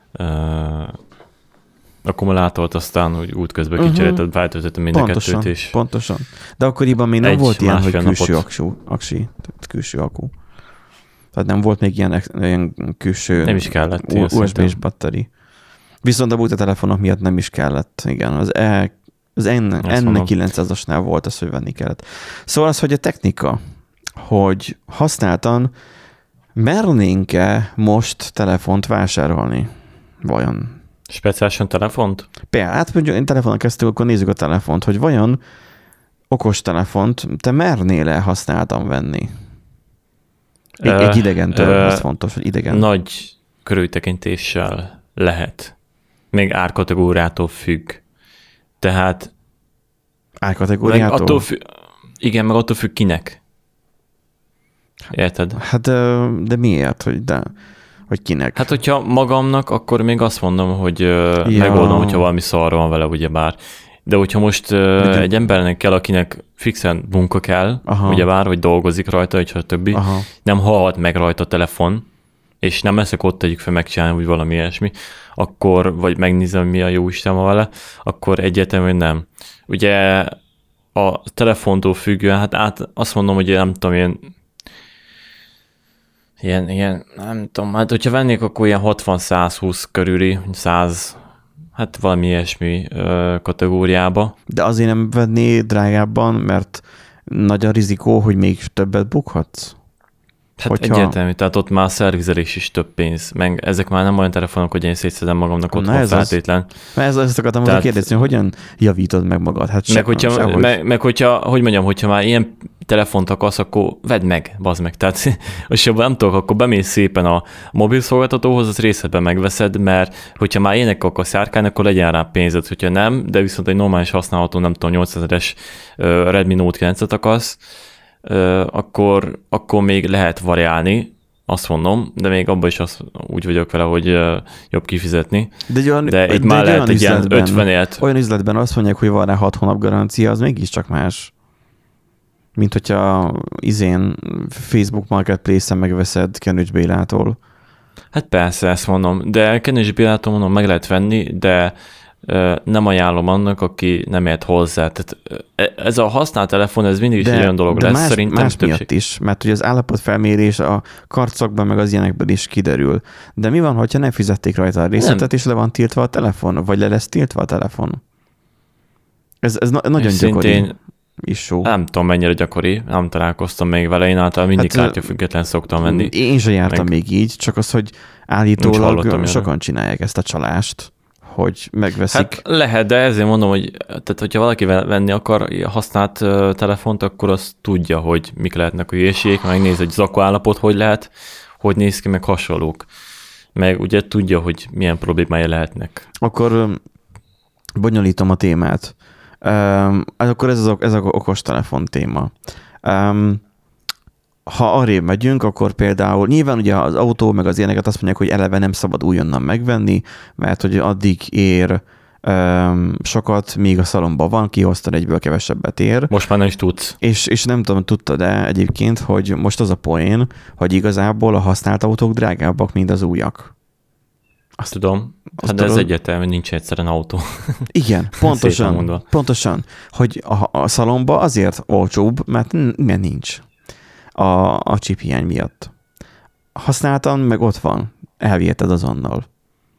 akkumulátort, aztán úgy útközben kicserélted, feltöltöttem mind a kettőt is. Pontosan. De akkoriban még nem volt ilyen, hogy külső akku. Tehát nem volt még ilyen külső nem is kellett, USB-s batteri. Viszont a bújtatelefonok miatt nem is kellett. Igen, az N900-asnál volt az, hogy venni kellett. Szóval az, hogy a technika, hogy használtan mernénk-e most telefont vásárolni? Vajon? Speciálisan telefont? Például, hát mondjuk én telefonon kezdtük, akkor nézzük a telefont, hogy vajon okos telefont te mernél-e használtan venni? Egy idegentől, az fontos, hogy idegen. Nagy körültekintéssel lehet. Még árkategóriától függ. Tehát árkategóriától? Igen, meg attól függ kinek. Érted? Hát de miért, hogy kinek? Hát, hogyha magamnak, akkor még azt mondom, hogy megoldom, hogyha valami szar van vele, ugyebár. De hogyha most egy embernek kell, akinek fixen munka kell, ugyebár, hogy dolgozik rajta, és a többi, nem hallhat meg rajta a telefon, és nem leszek ott tegyük fel megcsinálni, vagy valami ilyesmi, akkor, vagy megnézem, mi a jó Isten van vele, akkor egyértelműen nem. Ugye a telefontól függően, hát azt mondom, hogy nem tudom, ilyen, nem tudom, hát hogyha vennék, akkor ilyen 60-120 körüli, 100, hát valami ilyesmi kategóriába. De azért nem venné drágábban, mert nagy a rizikó, hogy még többet bukhatsz? Hát egyértelmű, tehát ott már a szervizelés is több pénz, meg ezek már nem olyan telefonok, hogy én szétszedem magamnak otthon feltétlen. Ezt akartam volna kérdezni, hogy hogyan javítod meg magad? Hát meg hogyha, hogy mondjam, hogyha már ilyen telefont akarsz, akkor vedd meg, bazd meg. Tehát, és jobban nem tudok, akkor bemész szépen a mobil szolgáltatóhoz, az részletben megveszed, mert hogyha már ilyenek akarsz járkálni, akkor legyen rá pénzed, hogyha nem, de viszont egy normális használható, nem tudom, 8000-es Redmi Note 9-et akarsz, akkor még lehet variálni, azt mondom, de még abban is úgy vagyok vele, hogy jobb kifizetni. De itt már lehet egy ilyen 50-ért. Olyan üzletben azt mondják, hogy van rá 6 hónap garancia, az mégiscsak más. Mint hogyha Facebook Marketplace-en megveszed Kenőcs Bélától. Hát persze, ezt mondom, de Kenőcs Bélától mondom, meg lehet venni, de nem ajánlom annak, aki nem ért hozzá. Tehát ez a használt telefon, ez mindig is egy olyan dolog lesz, szerintem más miatt is, mert ugye az állapotfelmérés a karcokban meg az ilyenekben is kiderül. De mi van, hogyha nem fizették rajta a részletet, és le van tiltva a telefon, vagy le lesz tiltva a telefon? Ez nagyon gyakori. Is jó. Nem tudom, mennyire gyakori, nem találkoztam még vele, én általában mindig kártyafüggetlen szoktam venni. Én sem jártam még így, csak az, hogy állítólag sokan csinálják ezt a csalást, hogy megveszik. Hát lehet, de ezért mondom, hogy tehát, hogyha valaki venni akar használt telefont, akkor azt tudja, hogy mik lehetnek a hülyeségek, megnéz, hogy zakó állapot hogy lehet, hogy néz ki, meg hasonlók. Meg ugye tudja, hogy milyen problémái lehetnek. Akkor bonyolítom a témát. Akkor ez az okostelefon téma. Ha arrébb megyünk, akkor például nyilván ugye az autó, meg az ilyeneket azt mondják, hogy eleve nem szabad újonnan megvenni, mert hogy addig ér sokat, míg a szalomban van, kihoztad egyből kevesebbet ér. Most már nem is tudsz. És nem tudom, tudtad-e egyébként, hogy most az a poén, hogy igazából a használt autók drágábbak, mint az újak. Azt tudom. Hát de ez egyértelmű, nincs egyszerűen autó. Igen, pontosan, hogy a szalomba azért olcsóbb, mert nincs a chip hiány miatt. Használtan meg ott van, elviheted azonnal.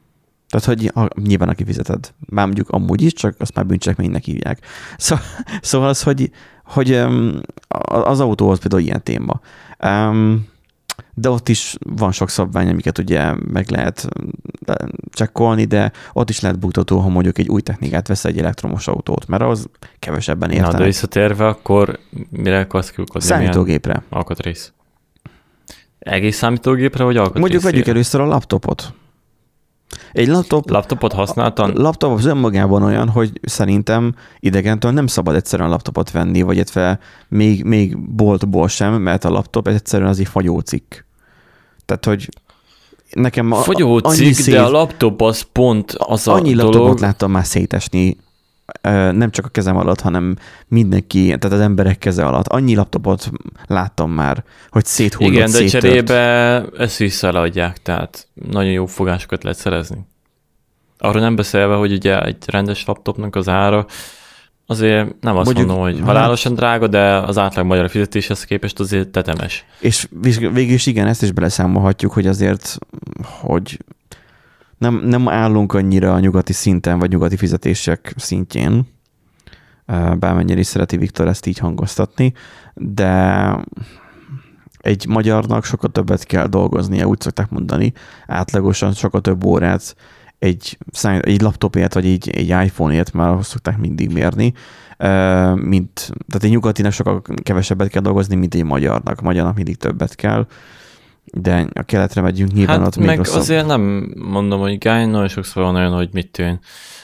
Tehát, hogy nyilván aki fizeted. Már mondjuk amúgy is, csak azt már bűncselekménynek hívják. Szóval az, hogy az autóhoz például ilyen téma. De ott is van sok szabvány, amiket ugye meg lehet csekkolni, de ott is lehet buktató, ha mondjuk egy új technikát vesz egy elektromos autót, mert az kevesebben értenek. Na, de visszatérve, akkor mire akarsz kiukodni? Számítógépre. Alkatrész. Egész számítógépre, vagy alkatrész? Mondjuk vegyük először a laptopot. Egy laptopot használtan? Laptop az önmagában olyan, hogy szerintem idegentől nem szabad egyszerűen laptopot venni, vagy egyszerűen még boltból sem, mert a laptop egyszerűen az egy fagyócikk. Tehát, hogy nekem fagyócikk, de a laptop az pont az a annyi dolog. laptopot láttam már szétesni, nem csak a kezem alatt, hanem mindenki, tehát az emberek keze alatt. Annyi laptopot láttam már, hogy széthullott, igen, de széttört. cserébe ezt visszaadják, tehát nagyon jó fogásokat lehet szerezni. Arra nem beszélve, hogy ugye egy rendes laptopnak az ára azért nem azt mondjuk, mondom, hogy halálosan drága, de az átlag magyar fizetéshez képest azért tetemes. És végül is igen, ezt is beleszámolhatjuk, hogy azért, hogy nem állunk annyira a nyugati szinten, vagy nyugati fizetések szintjén, bármennyire is szereti Viktor ezt így hangoztatni, de egy magyarnak sokkal többet kell dolgoznia, úgy szokták mondani, átlagosan sokkal több órát egy laptopért, vagy egy iPhone-ért már azt szokták mindig mérni, tehát egy nyugatinak sokkal kevesebbet kell dolgozni, mint egy magyarnak. A magyarnak mindig többet kell, de a keletre megyünk, nyilván hát ott még meg rosszabb. Azért nem mondom, hogy gány, nagyon sokszor van olyan, hogy mit tűn.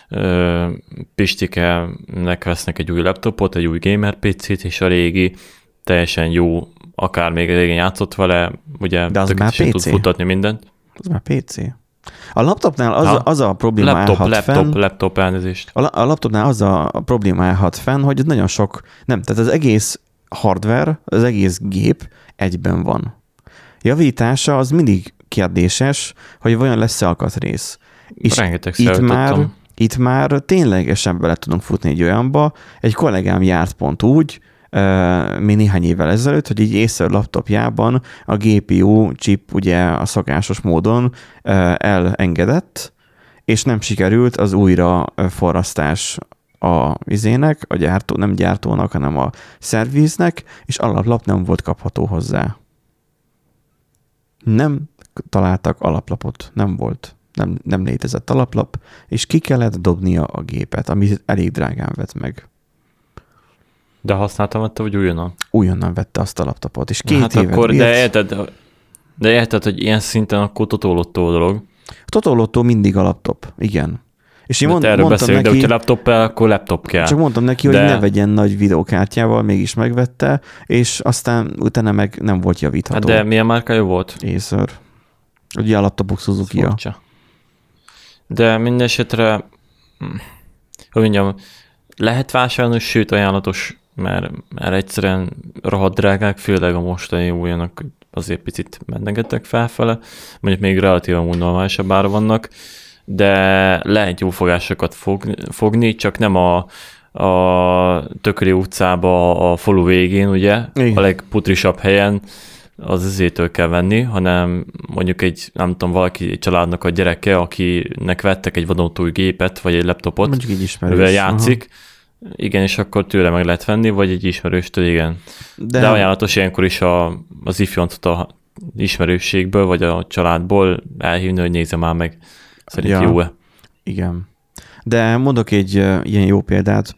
Pistike-nek vesznek egy új laptopot, egy új gamer PC-t, és a régi teljesen jó, akár még régen játszott vele, ugye de az már PC? Tud futtatni mindent. Az már PC. A laptopnál az a probléma állhat fenn. Laptop elnézést. A laptopnál az a probléma állhat fenn, hogy nagyon sok, tehát az egész hardware, az egész gép egyben van. Javítása az mindig kérdéses, hogy vajon lesz-e alkatrész. És itt már ténylegesen bele tudunk futni egy olyanba. Egy kollégám járt pont úgy, még néhány évvel ezelőtt, hogy így Acer laptopjában a GPU chip ugye a szokásos módon elengedett, és nem sikerült az újra forrasztás a vizének, nem gyártónak, hanem a szerviznek, és alaplap nem volt kapható hozzá. Nem találtak alaplapot, nem volt. Nem létezett alaplap, és ki kellett dobnia a gépet, ami elég drágán vett meg. De használtam vette, hogy újonnan? Újonnan vette azt a laptopot, és 2 évet akkor, bírt. De érted, hogy ilyen szinten akkor totolottó a dolog. Totolottó mindig a laptop, igen. És én erről beszélünk, de hogyha laptoppel, akkor laptop kell. Csak mondtam neki, hogy ne vegyen nagy videókártyával, mégis megvette, és aztán utána meg nem volt javítható. Hát de milyen márkája volt? Acer. Ugye a laptopok Suzuki-ja. De minden esetre, hogy mondjam, lehet vásárolni, sőt ajánlatos, mert egyszerűen rohadt drágák, főleg a mostani újjanak azért picit mennegettek felfele, mondjuk még relatívan úgy normálisabb ára vannak, de lehet jó fogásokat fogni, csak nem a Tököli utcába a falu végén, ugye, igen. A legputrisabb helyen, az ezétől kell venni, hanem mondjuk nem tudom, valaki egy családnak a gyereke, akinek vettek egy vadonatúj gépet, vagy egy laptopot, mondjuk így ismerős. Mivel játszik, igen, és akkor tőle meg lehet venni, vagy egy ismerőstől, igen. De ajánlatos ilyenkor is az ifjontot a ismerősségből, vagy a családból elhívni, hogy nézze már meg, szerint jó-e. Igen. De mondok egy ilyen jó példát.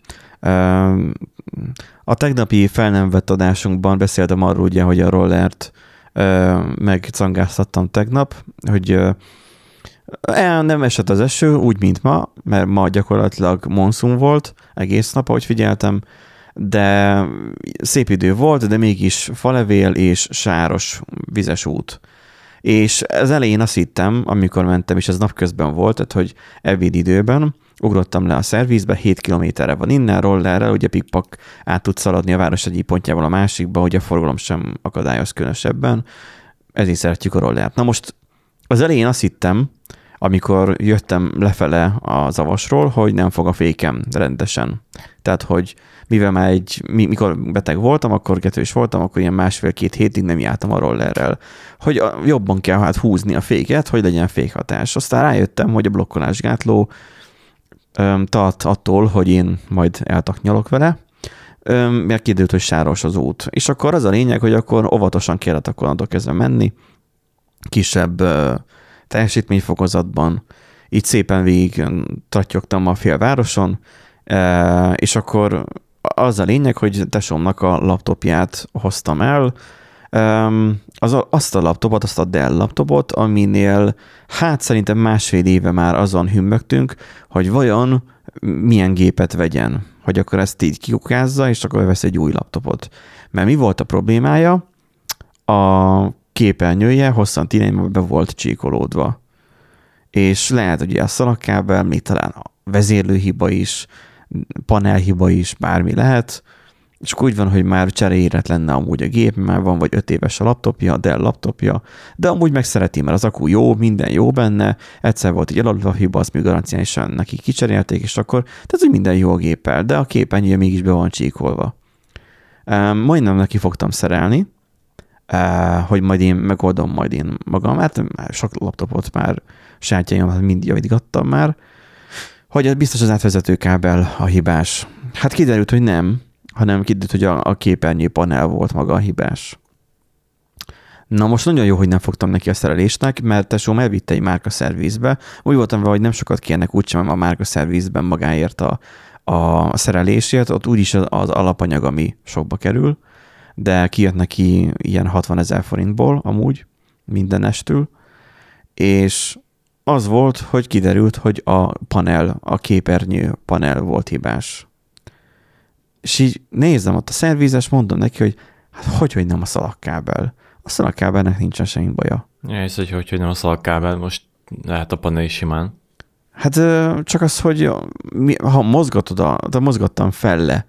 A tegnapi fel nem vett adásunkban beszéltem arról, ugye, hogy a rollert megcangáztattam tegnap, hogy nem esett az eső, úgy, mint ma, mert ma gyakorlatilag monszun volt egész nap, ahogy figyeltem, de szép idő volt, de mégis falevél és sáros vizes út. És az elején azt hittem, amikor mentem, és ez napközben volt, tehát hogy ebédidőben ugrottam le a szervizbe, 7 kilométerre van innen, rollerrel, ugye pikpak át tudsz szaladni a város egyik pontjából a másikba, hogy a forgalom sem akadályoz különösebben. Ezért szeretjük a rollert. Na most az elején azt hittem, amikor jöttem lefele a zavasról, hogy nem fog a fékem rendesen. Tehát, hogy mivel már mikor beteg voltam, akkor kettős voltam, akkor ilyen 1,5-2 hétig nem jártam a rollerrel. Hogy jobban kell hát húzni a féket, hogy legyen fékhatás. Aztán rájöttem, hogy a blokkolásgátló tart attól, hogy én majd eltaknyalok vele, mert kiderült, hogy sáros az út. És akkor az a lényeg, hogy akkor óvatosan kellett akkor onnantól kezdve menni, kisebb teljesítményfokozatban, így szépen végig tratyogtam a félvároson, és akkor az a lényeg, hogy tesómnak a laptopját hoztam el, azt a laptopot, azt a Dell laptopot, aminél hát szerintem 1,5 éve már azon hümmögtünk, hogy vajon milyen gépet vegyen, hogy akkor ezt így kikukázza, és akkor vesz egy új laptopot. Mert mi volt a problémája? A képernyője hosszant irányba be volt csíkolódva. És lehet, hogy a szalagkábel, még talán a vezérlőhiba is, panelhiba is, bármi lehet, és akkor úgy van, hogy már cseréért lenne amúgy a gép, már van vagy 5 éves a laptopja, a Dell laptopja, de amúgy meg szereti, mert az akku jó, minden jó benne, egyszer volt egy alaphiba, azt még garanciálisan neki kicserélték, és akkor, tehát hogy minden jó a géppel, de a képernyője mégis be van csíkolva. Majdnem neki fogtam szerelni, hogy majd én megoldom majd én magam, mert sok laptopot már sajátjaimat mind javítgattam már, hogy biztos az átvezető kábel a hibás. Hát kiderült, hogy nem, hanem kiderült, hogy a képernyő panel volt maga a hibás. Na most nagyon jó, hogy nem fogtam neki a szerelésnek, mert tesóm elvitte egy márkaszervizbe. Úgy voltam vele, hogy nem sokat kérnek úgysem a márkaszervizben magáért a szerelésért, ott úgyis az alapanyag, ami sokba kerül, de kijött neki ilyen 60 000 forintból amúgy, mindenestül, és az volt, hogy kiderült, hogy a képernyő panel volt hibás. És így nézem ott a szervizes, mondom neki, hogy hát hogy nem a szalagkábel. A szalagkábelnek nincsen semmi baja. Ja, ez hogy nem a szalagkábel, most lehet a panel is simán. Hát csak az, hogy ha mozgatod, mozgattam felle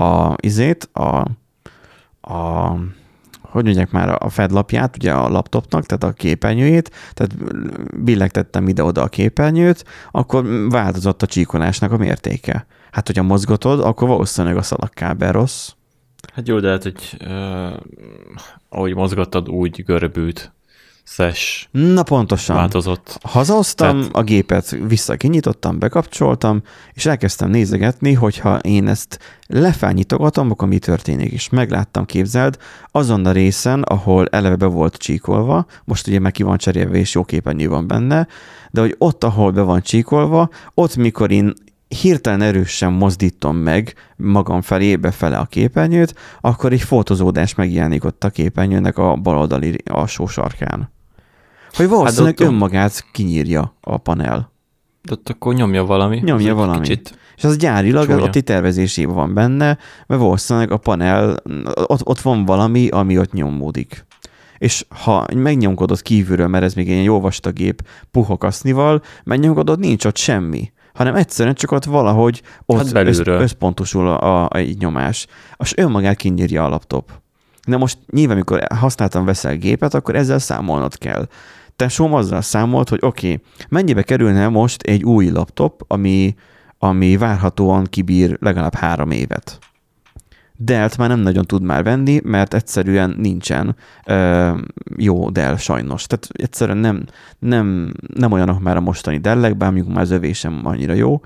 hogy mondják már, a fedlapját, ugye a laptopnak, tehát a képernyőjét, tehát billegtettem ide-oda a képernyőt, akkor változott a csíkolásnak a mértéke. Hát, hogyha mozgatod, akkor valószínűleg a szalagkábel rossz. Hát jó, de lehet, hogy ahogy mozgattad, úgy görbült, Na pontosan. Változott. Hazahoztam a gépet, kinyitottam, bekapcsoltam, és elkezdtem nézegetni, hogyha én ezt lefelnyitogatom, akkor mi történik. És megláttam, képzeld, azon a részen, ahol eleve be volt csíkolva, most ugye meg ki van cserélve, és jó képernyő van benne, de hogy ott, ahol be van csíkolva, ott mikor én hirtelen erősen mozdítom meg magam felé, befele a képernyőt, akkor egy fotózódás megjelenik ott a képernyőnek a baloldali alsó sarkán. Hogy valószínűleg önmagát kinyírja a panel. De ott akkor nyomja valami. Nyomja valami. Kicsit és az gyárilag csúnya. Ott itt tervezésében van benne, mert valószínűleg a panel, ott van valami, ami ott nyomódik. És ha megnyomkodod kívülről, mert ez még egy jó vastag gép puha kasznival, megnyomkodod, nincs ott semmi, hanem egyszerűen csak ott valahogy ott összpontosul egy nyomás. És önmagát kinyírja a laptop. Na most nyilván, amikor használtam veszel gépet, akkor ezzel számolnod kell. Tesóm azzal számolt, hogy oké, mennyibe kerülne most egy új laptop, ami várhatóan kibír legalább 3 évet. Dellt már nem nagyon tud már venni, mert egyszerűen nincsen jó Dell sajnos. Tehát egyszerűen nem olyanok már a mostani Dellek, bár mondjuk már az övé sem annyira jó.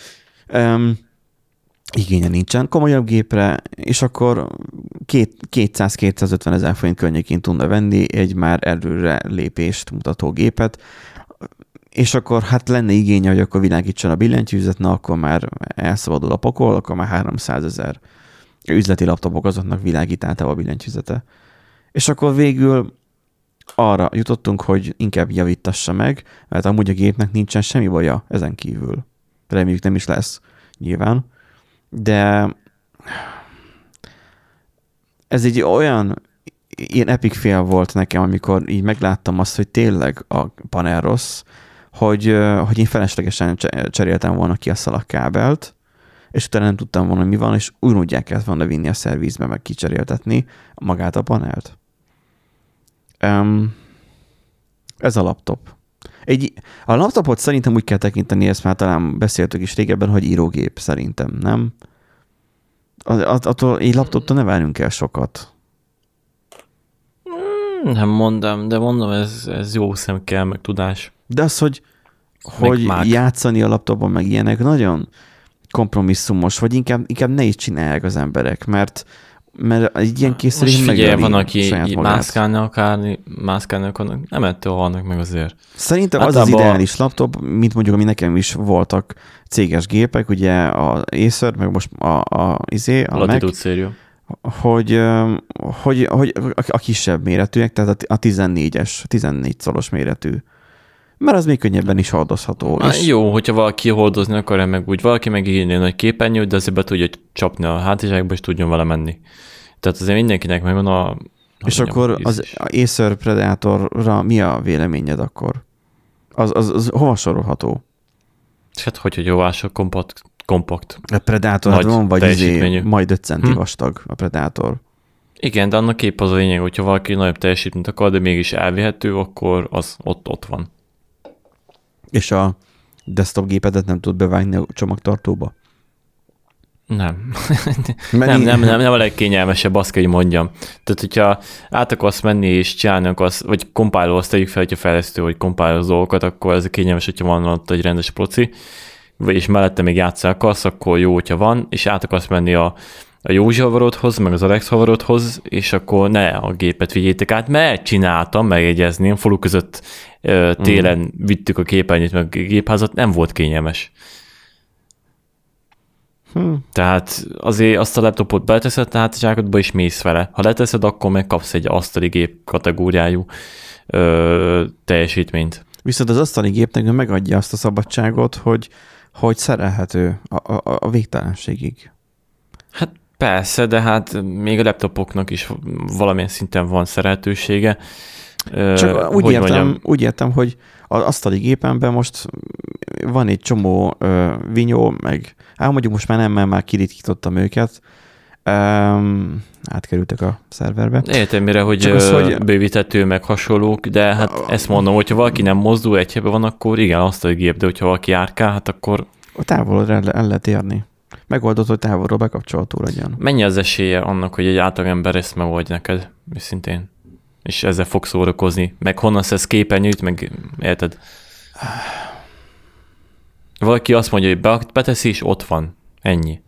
Igénye nincsen komolyabb gépre, és akkor 200-250 000 forint környékén tudna venni egy már előre lépést mutató gépet, és akkor hát lenne igénye, hogy akkor világítson a billentyűzet, na akkor már elszabadul a pokol, akkor már 300 000 üzleti laptopok azoknak világít általában a billentyűzete. És akkor végül arra jutottunk, hogy inkább javítassa meg, mert amúgy a gépnek nincsen semmi baja ezen kívül. Reméljük nem is lesz, nyilván. De ez egy olyan ilyen epic fail volt nekem, amikor így megláttam azt, hogy tényleg a panel rossz, hogy én feleslegesen cseréltem volna ki a szalagkábelt, és utána nem tudtam volna, mi van, és ugyanúgy kellett volna vinni a szervizbe, meg kicseréltetni magát a panelt. Ez a laptop. A laptopot szerintem úgy kell tekinteni, ezt már talán beszéltük is régebben, hogy írógép szerintem, nem? Attól egy laptoptól ne várjunk el sokat. Nem mondom, de mondom, ez jó szem kell, meg tudás. De az, hogy játszani a laptopon, meg ilyenek nagyon kompromisszumos, vagy inkább ne is csinálják az emberek, mert egy ilyen készülék megöli van, aki mászkálni akarnak, nem ettől halnak meg azért. Szerintem az ideális laptop, mint mondjuk, ami nekem is voltak céges gépek, ugye a Acer, meg most a Latitude széria. Hogy a kisebb méretűek, tehát a 14 szoros méretű. Mert az még könnyebben is hordozható. Jó, hogyha valaki hordozni akarja, meg úgy valaki megírni nagy képernyőt, de azért be tudja csapni a hátizsákba, és tudjon vele menni. Tehát azért mindenkinek megvan a... És akkor az Acer Predatorra mi a véleményed akkor? Az hova sorolható? Hát hogy hova kompakt. A Predator van, vagy majd 5 centi vastag a Predator. Igen, de annak épp az a lényeg, hogyha valaki nagyobb teljesítményt akar, de mégis elvihető, akkor az ott van. És a desktop gépedet nem tud bevágni a csomagtartóba? Nem. nem a legkényelmesebb, azt kell, hogy mondjam. Tehát, hogyha át akarsz menni és csinálni akarsz, vagy kompálolsz, tegyük fel, hogyha fejlesztő, hogy kompálolsz dolgokat, akkor ez kényelmes, hogyha van ott egy rendes proci, és mellette még játszál akarsz, akkor jó, hogyha van, és át akarsz menni a Józsi havarodhoz, meg az Alex havarodhoz, és akkor ne a gépet vigyétek át, mert csináltam, megjegyezném, falu között télen vittük a képernyőt, meg a gépházat, nem volt kényelmes. Tehát azért azt a laptopot beleteszed a hátizsákodba, és mész vele. Ha leteszed, akkor megkapsz egy asztali gép kategóriájú teljesítményt. Viszont az asztali gépnek megadja azt a szabadságot, hogy szerelhető a végtelenségig. Hát persze, de hát még a laptopoknak is valamilyen szinten van szerelhetősége. Csak úgy értem, hogy az asztali gépemben most van egy csomó vinyó, meg mondjuk most már nem, mert már kiritkítottam őket, átkerültek a szerverbe. Értem mire, hogy bővíthető, meg hasonlók, de hát ezt mondom, hogyha valaki nem mozdul, egy helyben van, akkor igen, asztali gép, de hogyha valaki járkál, hát akkor... A távolra el lehet érni. Megoldott, hogy távolról bekapcsolható legyen. Mennyi az esélye annak, hogy egy átlagember ezt megoldja neked, őszintén? És ezzel fogsz szórakozni. Meg honnan szedsz képernyőt, meg érted? Valaki azt mondja, hogy beteszi, és ott van. Ennyi.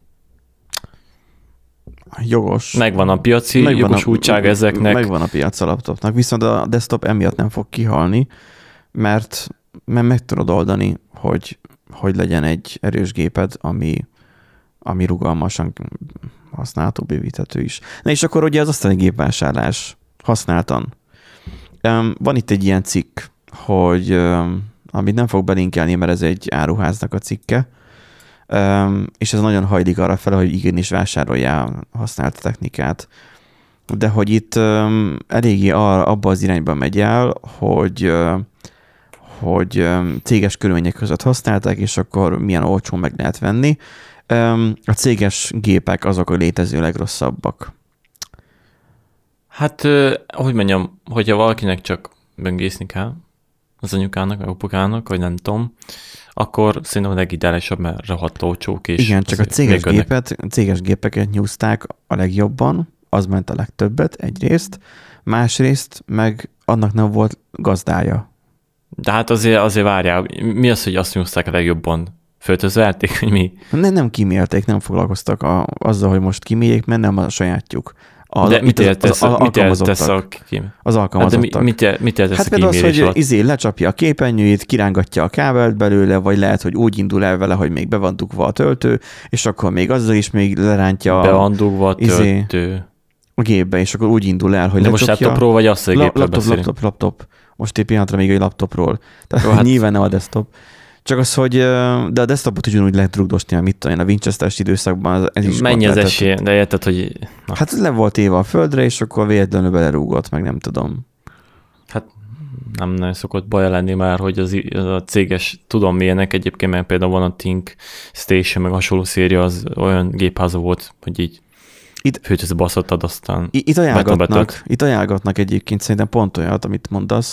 Jogos. Megvan a piaci jogosultság ezeknek. Megvan a piac a laptopnak, viszont a desktop emiatt nem fog kihalni, mert meg tudod oldani, hogy legyen egy erős géped, ami rugalmasan használható, bővíthető is. Na és akkor ugye az asztali gépvásárlás használtan. Van itt egy ilyen cikk, hogy amit nem fog belinkelni, mert ez egy áruháznak a cikke, és ez nagyon hajlik arra fel, hogy igenis vásároljál használt technikát. De hogy itt eléggé abba az irányba megy el, hogy céges körülmények között használták, és akkor milyen olcsón meg lehet venni. A céges gépek azok a létező legrosszabbak. Hát, hogy mondjam, hogyha valakinek csak böngészni kell, az anyukának, vagy apukának, vagy nem tudom, akkor szerintem a legideálisabb, mert rohadt olcsók. És igen, csak a céges gépeket nyúzták a legjobban, az ment a legtöbbet egyrészt, másrészt meg annak nem volt gazdája. De hát azért várjál, mi az, hogy azt nyúzták a legjobban? Földhözverték, hogy mi? Nem kímélték, nem foglalkoztak azzal, hogy most kíméljék, mert nem a sajátjuk. De mit értesz a kím? Az alkalmazottak. Hát mit értesz hát a kímélés az, hogy lecsapja a képernyőjét, kirángatja a kábelt belőle, vagy lehet, hogy úgy indul el vele, hogy még be van dugva a töltő, és akkor még azzal is még lerántja be van dugva a töltő. A gépbe, és akkor úgy indul el, hogy de lecsapja. Most laptopról, vagy azt, hogy gépről beszélünk? Laptop. Most épp pillanatra még egy laptopról. Tehát hát nyilván nem a desktop. Csak az, hogy de a desktopot ugyanúgy lehet rugdosni, mit tudom én, a Winchester-es időszakban ez is. Mennyi az esély, de érted, hogy... Na. Hát le volt éve a földre, és akkor véletlenül belerúgott, meg nem tudom. Hát nem nagyon szokott baj lenni már, hogy a céges, tudom milyenek egyébként, mert például van a Think Station, meg hasonló széria, az olyan gépháza volt, hogy így főtöz baszottad, aztán itt ajánlgatnak egyébként szerintem pont olyat, amit mondasz.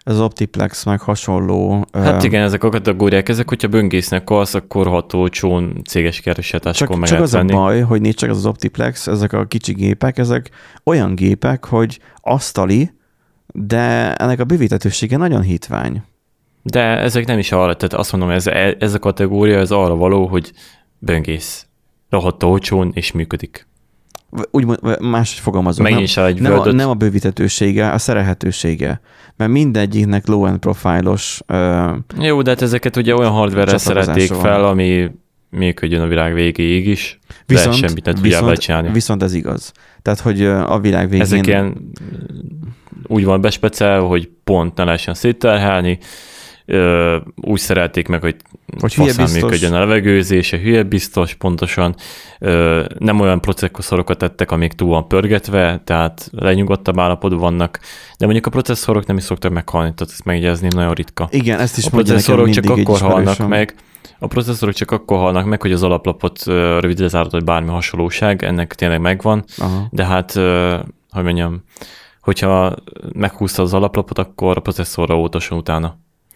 az Optiplex meg hasonló. Hát igen, ezek a kategóriák, ezek, hogyha böngésznek kalsz, akkor olcsón céges kiállításkor meg csak lehet az venni. a baj, hogy nincs csak az Optiplex, ezek a kicsi gépek, ezek olyan gépek, hogy asztali, de ennek a bővítetősége nagyon hitvány. De ezek nem is arra, tehát azt mondom, ez a kategória, ez arra való, hogy böngész. Rohadt olcsón, és működik. Úgy máshogy fogalmazom. Nem a bővítetősége, a szerelhetősége. Mert mindegyiknek low-end profilos jó, de hát ezeket ugye olyan hardware-rel szerették fel, ami működjön a világ végéig is. De semmit nem tudjál vele csinálni. Viszont ez igaz. Tehát, hogy a világ végén... Ezek ilyen úgy van bespecelve, hogy pont ne lehessen szétterhelni, úgy szerelték meg, hogy faszán működjön a levegőzése, hülye biztos, pontosan. Nem olyan processzorokat tettek, amik túl van pörgetve, tehát lenyugodtabb állapotban vannak, de mondjuk a processzorok nem is szoktak meghalni, tehát ezt megjegyezni nagyon ritka. Igen, ezt is a processzorok csak akkor halnak meg. A processzorok csak akkor halnak meg, hogy az alaplapot rövidre zárod, vagy bármi hasonlóság, ennek tényleg megvan, de hát, hogy mondjam, hogyha meghúzta az alaplapot, akkor a processzorra óvatosan utána.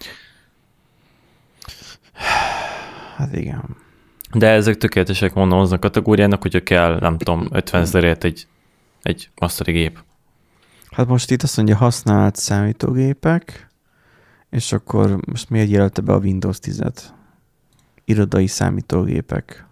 Hát igen. De ezek tökéletesek, mondom, azon a kategóriának, hogyha kell, nem tudom, 50 000-ért egy maszteri gép. Hát most itt azt mondja, használt számítógépek, és akkor most miért jelölte be a Windows 10-et? Irodai számítógépek.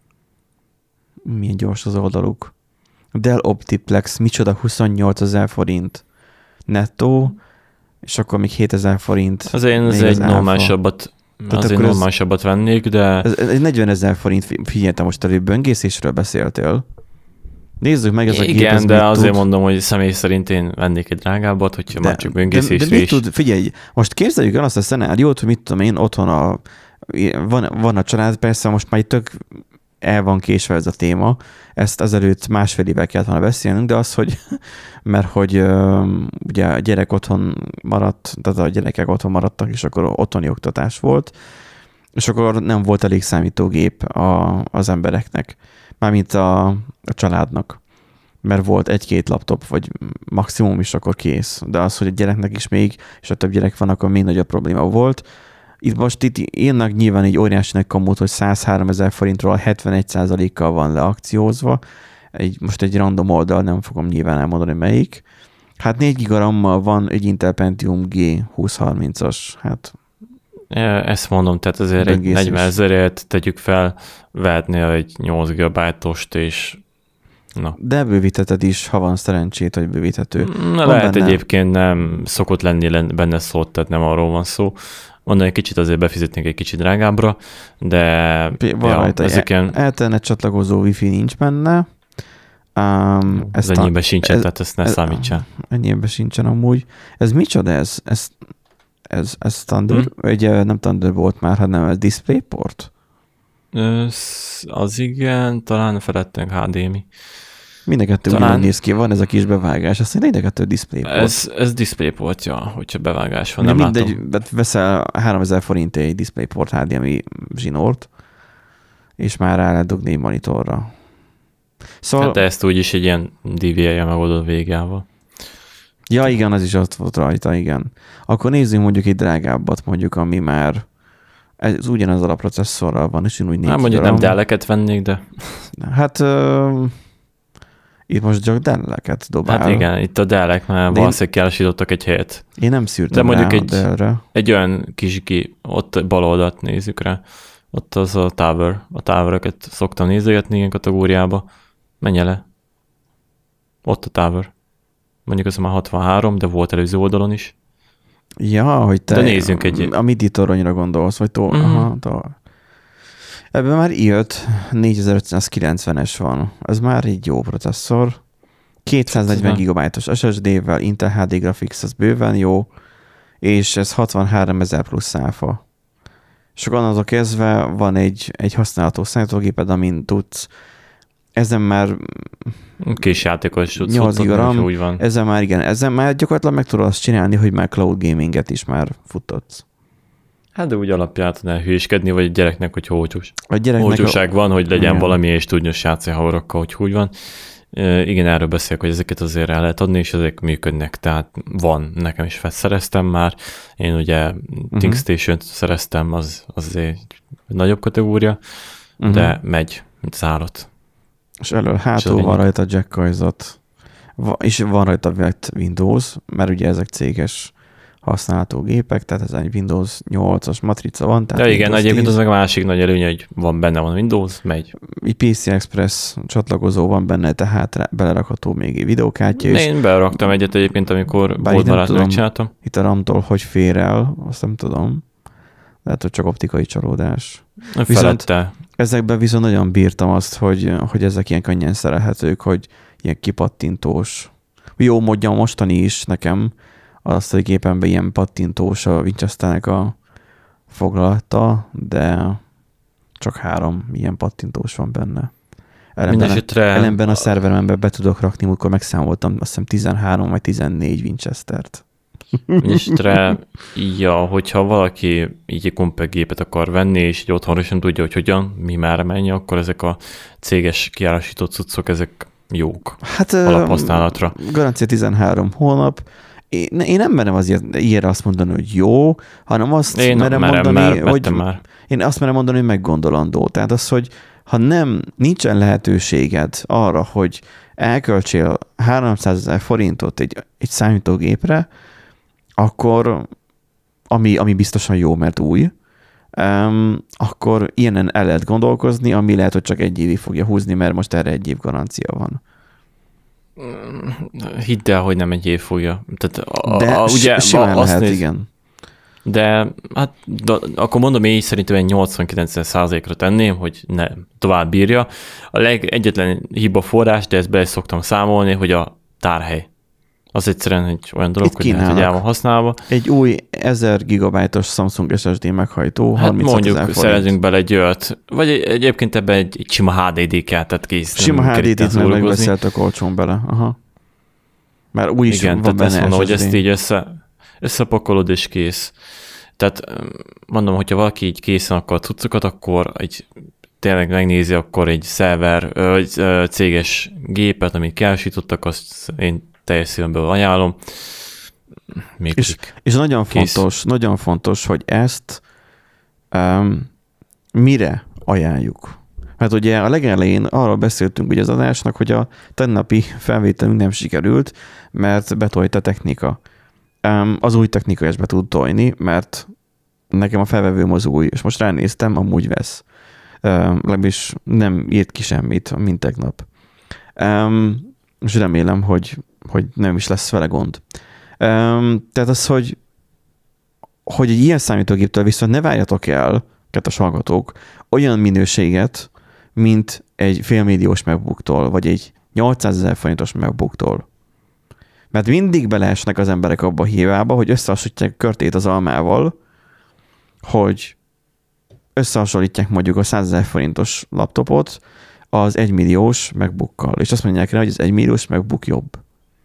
Milyen gyors az oldaluk. Dell Optiplex, micsoda 28 000 forint. Nettó, és akkor még 7 000 forint. Azért egy normálisabbat vennék, de... Ez 40 000 forint, figyeltem most előbb, böngészésről beszéltél. Nézzük meg ez a gép. Igen, de azért tud. Mondom, hogy személy szerint én vennék egy drágábbat, hogyha már csak böngészésre is. Figyelj, most képzeljük el azt a szenáriót, hogy mit tudom én, otthon van a család, persze most már tök el van késve ez a téma, ezt ezelőtt másfél évvel kellett volna beszélnünk, de az, hogy mert hogy ugye a gyerek otthon maradt, tehát a gyerekek otthon maradtak, és akkor otthoni oktatás volt, és akkor nem volt elég számítógép az embereknek, mármint a családnak, mert volt egy-két laptop, vagy maximum is akkor kész, de az, hogy a gyereknek is még, és a több gyerek van, akkor még nagyobb probléma volt. Itt írnak nyilván egy óriásinek kamut, hogy 103 000 forintról 71%-kal van leakciózva. Most egy random oldal, nem fogom nyilván elmondani melyik. Hát 4 gigarammal van egy Intel Pentium G2030-as. Hát ezt mondom, tehát azért egy 40 000-ért tegyük fel, vehetnél egy 8 GB-ost, és na. De bővítheted is, ha van szerencsét, hogy bővíthető. Lehet benne. Egyébként nem szokott lenni benne szó, tehát nem arról van szó. Mondom, egy kicsit azért befizetnék egy kicsit drágábbra, de ezeken... Ethernet csatlakozó wifi nincs benne. Ez ennyiben sincsen, tehát ezt ne számítsál. Ennyiben sincsen amúgy. Ez micsoda ez? Ez Thunder? Ugye nem Thunderbolt már, hanem ez DisplayPort? Az igen, talán felettem HDMI. Mindenkettő ugyan néz ki, van ez a kis bevágás, azt mondja, mindenkettő DisplayPort. Ez DisplayPort, ja, hogyha bevágás van, nem mindegy, veszel 3000 forint egy DisplayPort HDMI zsinort, és már rá lehet dugni monitorra. Szóval... Hát de ezt úgyis egy ilyen DVI-jel megoldod végával. Ja, igen, az is ott volt rajta, igen. Akkor nézzünk mondjuk egy drágábbat, mondjuk, ami már ez ugyanaz alapprocesszorral van, és úgy 4 hát mondjuk nem Dell-eket vennék, de... Hát... Itt most csak Dell-eket dobál. Hát igen, itt a Dell-ek már valószínűleg kiállítottak egy helyet. Én nem szűrtem de mondjuk egy olyan kis ott bal oldalt nézzük rá, ott az a Tower. A Tower-öket szoktam nézegetni ilyen kategóriába. Menj le. Ott a Tower. Mondjuk az már 63, de volt előző oldalon is. Ja, hogy te de nézzünk egy... a MIDI toronyra gondolsz, vagy Ebben már jött 4590-es van. Ez már egy jó processzor. 240 GB-os SSD-vel, Intel HD Graphics, az bőven jó, és ez 63 000 plusz áfa. És akkor onnantól kezdve van egy használható számítógéped, amin tudsz, ezen már kis játékos 8 GB, úgy van. Ezen már gyakorlatilag meg tudod azt csinálni, hogy már cloud gaminget is már futtatsz. Hát de úgy alapját ne hülyéskedni, vagy a gyereknek, hogy hócsúság van, hogy legyen valami, és tudjon játszani havarokkal, hogy úgy van. Igen, erről beszélek, hogy ezeket azért el lehet adni, és ezek működnek, tehát van, nekem is szereztem már. Én ugye ThinkStation-t szereztem, az egy nagyobb kategória, de megy, mint szállat. És elől hátul van rajta jackozat, és van rajta vett Windows, mert ugye ezek céges használható gépek, tehát ez egy Windows 8-as matrica van. Tehát ja igen, egyébként az meg a másik nagy előny, hogy benne van Windows, megy. Egy PC Express csatlakozó van benne, tehát belerakható még egy videókártya is. Én beraktam egyet egyébként, amikor volt barát, megcsináltam. Itt a RAM-tól hogy fér el, azt nem tudom. Lehet, hogy csak optikai csalódás. Viszont ezekben viszont nagyon bírtam azt, hogy ezek ilyen könnyen szerelhetők, hogy ilyen kipattintós. Jó módja mostani is nekem, azt a gépemben ilyen pattintós a Winchesternek a foglalata, de csak 3 ilyen pattintós van benne. Ellenben a szerveremben be tudok rakni, amikor megszámoltam, azt hiszem 13 vagy 14 Winchestert. Mindestre, hogyha valaki így egy kompakt gépet akar venni, és így otthonra sem tudja, hogy hogyan, mi már menj, akkor ezek a céges kiárasított cuccok, ezek jók alaphasználatra. Garancia 13 hónap. Én nem merem azért ilyenre azt mondani, hogy jó, hanem azt merem mondani, hogy én azt merem mondani, hogy meggondolandó. Tehát az, hogy ha nincsen lehetőséged arra, hogy elköltsél 300 000 forintot egy számítógépre, akkor, ami biztosan jó, mert új, akkor ilyenen el lehet gondolkozni, ami lehet, hogy csak 1 évig fogja húzni, mert most erre 1 év garancia van. Hidd el, hogy nem 1 év fogja. Tehát, ugye, simán lehet, igen. De hát akkor mondom, én így szerintem 80-90%-ra tenném, hogy nem tovább bírja. Egyetlen hiba forrás, de ezt be szoktam számolni, hogy a tárhely. Az egyszerűen egy olyan dolog, hogy el van használva. Egy új 1000 GB-os Samsung SSD meghajtó, hát 36 000 forint. Szerezünk bele egy olyat, vagy egyébként ebben egy sima HDD-kártyát kész. Sima HDD-t megbeszéltek olcsón bele. Aha. Már új is igen, van benne SSD. Mondom, hogy ezt így összepakolod és kész. Tehát mondom, hogyha valaki így készen akar cuccokat, akkor egy tényleg megnézi, akkor egy szerver, céges gépet, amit kiárasítottak, azt én teljes szívemből ajánlom. És nagyon fontos, hogy ezt mire ajánljuk. Hát ugye a legelején arról beszéltünk ugye az adásnak, hogy a tegnapi felvételünk nem sikerült, mert betolt a technika. Az új technika is be tud tojni, mert nekem a felvevőm az új, és most ránéztem, amúgy vesz. Legalábbis nem írt ki semmit, mint tegnap. És remélem, hogy nem is lesz vele gond. Tehát az, hogy egy ilyen számítógéptől viszont ne várjatok el, kedves hallgatók, olyan minőséget, mint egy félmilliós MacBooktól, vagy egy 800 000 forintos MacBooktól. Mert mindig beleesnek az emberek abba a hívába, hogy összehasonlítják körtét az almával, hogy összehasonlítják mondjuk a 100 000 forintos laptopot az 1 milliós MacBookkal, és azt mondják rá, hogy az 1 milliós MacBook jobb.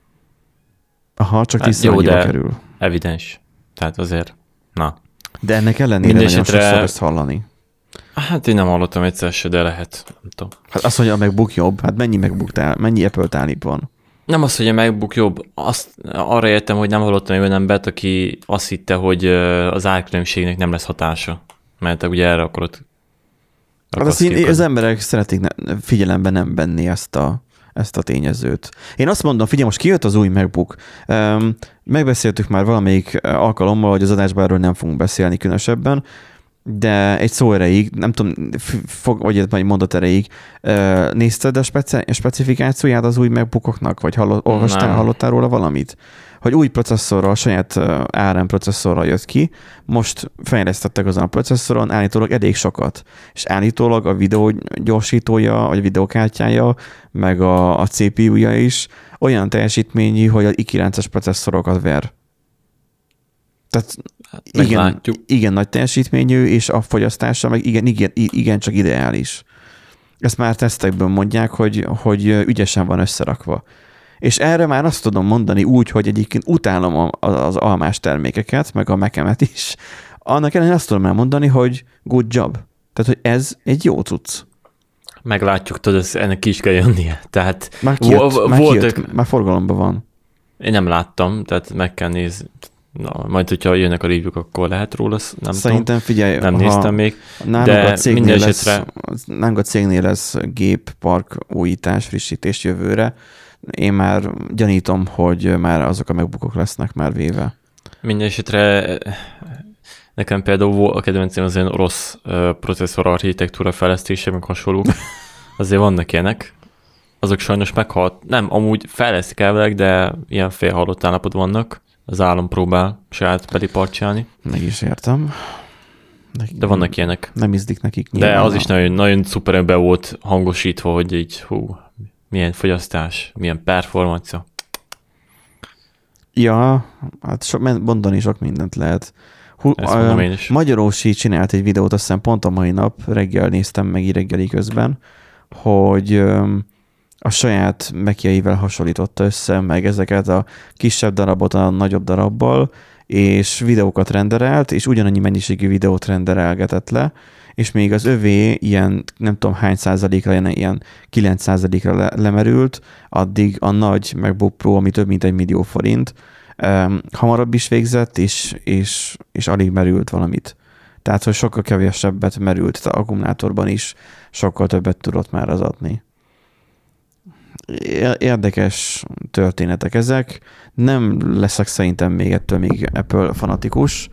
Aha, csak 10 annyiba kerül. Evidens. Tehát azért, na. De ennek ellenére nagyon sokszor ezt hallani. Hát én nem hallottam egyszer se, de lehet. Nem tudom. Hát az, hogy a MacBook jobb, hát mennyi Apple tálib van? Nem az, hogy a MacBook jobb, arra értem, hogy nem hallottam olyan embert, aki azt hitte, hogy az árkülönbségnek nem lesz hatása. Mert ugye erre akarod. Hát az emberek szeretik figyelembe nem venni ezt a tényezőt. Én azt mondom, figyelj, most kijött az új MacBook. Megbeszéltük már valamelyik alkalommal, hogy az adásban erről nem fogunk beszélni különösebben, de egy szó erejéig, nem tudom, vagy egy mondat erejéig, nézted a specifikációját az új MacBookoknak, vagy hallottál róla valamit? Hogy új processzorral, saját ARM processzorral jött ki, most fejlesztettek azon a processzoron állítólag elég sokat. És állítólag a videó gyorsítója, vagy a videókártyája, meg a CPU-ja is olyan teljesítményű, hogy az i9-es processzorokat ver. Tehát igen nagy teljesítményű, és a fogyasztása meg igen csak ideális. Ezt már tesztekből mondják, hogy ügyesen van összerakva. És erre már azt tudom mondani úgy, hogy egyébként utálom az almás termékeket, meg a Mac-emet is. Annak ellenére azt tudom elmondani, hogy good job. Tehát, hogy ez egy jó cucc. Meglátjuk, tudod, ennek ki is kell jönnie. Tehát már forgalomban van. Én nem láttam, tehát meg kell nézni. Na, majd, hogyha jönnek a review-k, akkor lehet róla, nem Szerintem tudom. Figyelj, nem néztem még, de nálunk a cégnél lesz géppark újítás, frissítés jövőre. Én már gyanítom, hogy már azok a MacBookok lesznek már véve. Mindenesetre nekem például a kedvencem az ilyen orosz processzor architektúra fejlesztése, meg hasonlók. Azért vannak ilyenek. Azok sajnos meghalt. Nem, amúgy fejlesztik elvileg, de ilyen félhalott állapotban vannak. Az állam próbál saját belipart csinálni. Meg is értem. De vannak ilyenek. Nem izdik nekik. De az is nagyon, nagyon szuperen be volt hangosítva, hogy így milyen fogyasztás, milyen performancia. Ja, hát mondani sok mindent lehet. Ezt mondom én is. Magyarósi csinált egy videót, azt hiszem pont a mai nap, reggel néztem meg így reggeli közben, hogy a saját Mac-jeivel hasonlította össze meg ezeket a kisebb darabot a nagyobb darabbal, és videókat renderelt, és ugyanannyi mennyiségű videót renderelgetett le, és még az övé ilyen nem tudom hány százalékra, ilyen 9%-ra lemerült, addig a nagy MacBook Pro, ami több mint 1 millió forint, hamarabb is végzett, és alig merült valamit. Tehát, hogy sokkal kevesebbet merült az akkumulátorban is, sokkal többet tudott már az adni. Érdekes történetek ezek. Nem leszek szerintem még ettől még Apple fanatikus,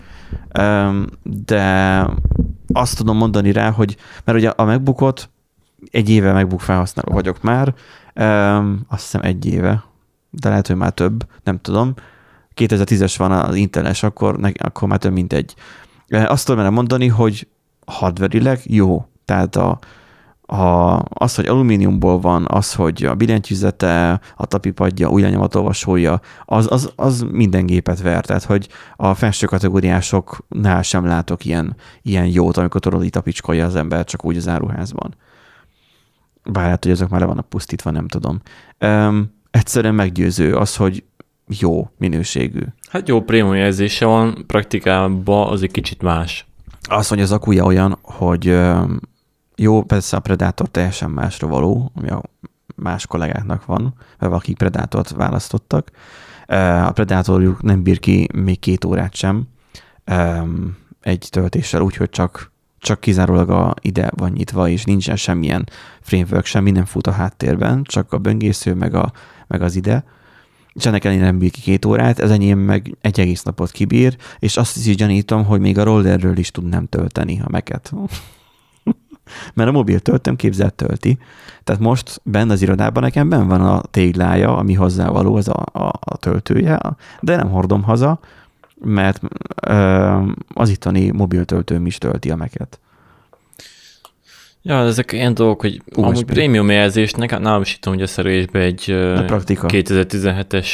de azt tudom mondani rá, hogy mert ugye a MacBookot egy éve MacBook felhasználó vagyok már, azt hiszem 1 éve, de lehet, hogy már több, nem tudom. 2010-es van az Intel-es, akkor már több mint egy. Azt tudom mondani, hogy hardware-ileg jó. Tehát az, hogy alumíniumból van, az, hogy a billentyűzete, a tapipadja, új lenyomatolvasója, az minden gépet ver. Tehát, hogy a felső kategóriásoknál sem látok ilyen jót, amikor tudod, így tapicskolja az ember csak úgy az áruházban. Bár lehet, hogy ezek már le vannak pusztítva, nem tudom. Egyszerűen meggyőző az, hogy jó minőségű. Hát jó prémium jelzése van, praktikában az egy kicsit más. Azt mondja, az akkuja olyan, hogy jó, persze a Predator teljesen másra való, ami a más kollégáknak van, mert akik Predátort választottak. A Predatorjuk nem bír ki még 2 órát sem egy töltéssel, úgyhogy csak kizárólag ide van nyitva, és nincsen semmilyen framework, semmi nem fut a háttérben, csak a böngésző, meg az ide. És ennek ellenére nem bír ki 2 órát, ez enyém meg egy egész napot kibír, és azt is gyanítom, hogy még a rollerről is tudnám tölteni a Mac-et. Mert a mobil töltöm, képzelt tölti. Tehát most benne az irodában nekem benn van a téglája, ami hozzávaló, ez a töltője, de nem hordom haza, mert az itteni mobiltöltőm is tölti a Mac-et. Ja, ezek ilyen dolgok, hogy amúgy prémium jelzésnek, nálam is hittem, hogy a szerelésbe egy 2017-es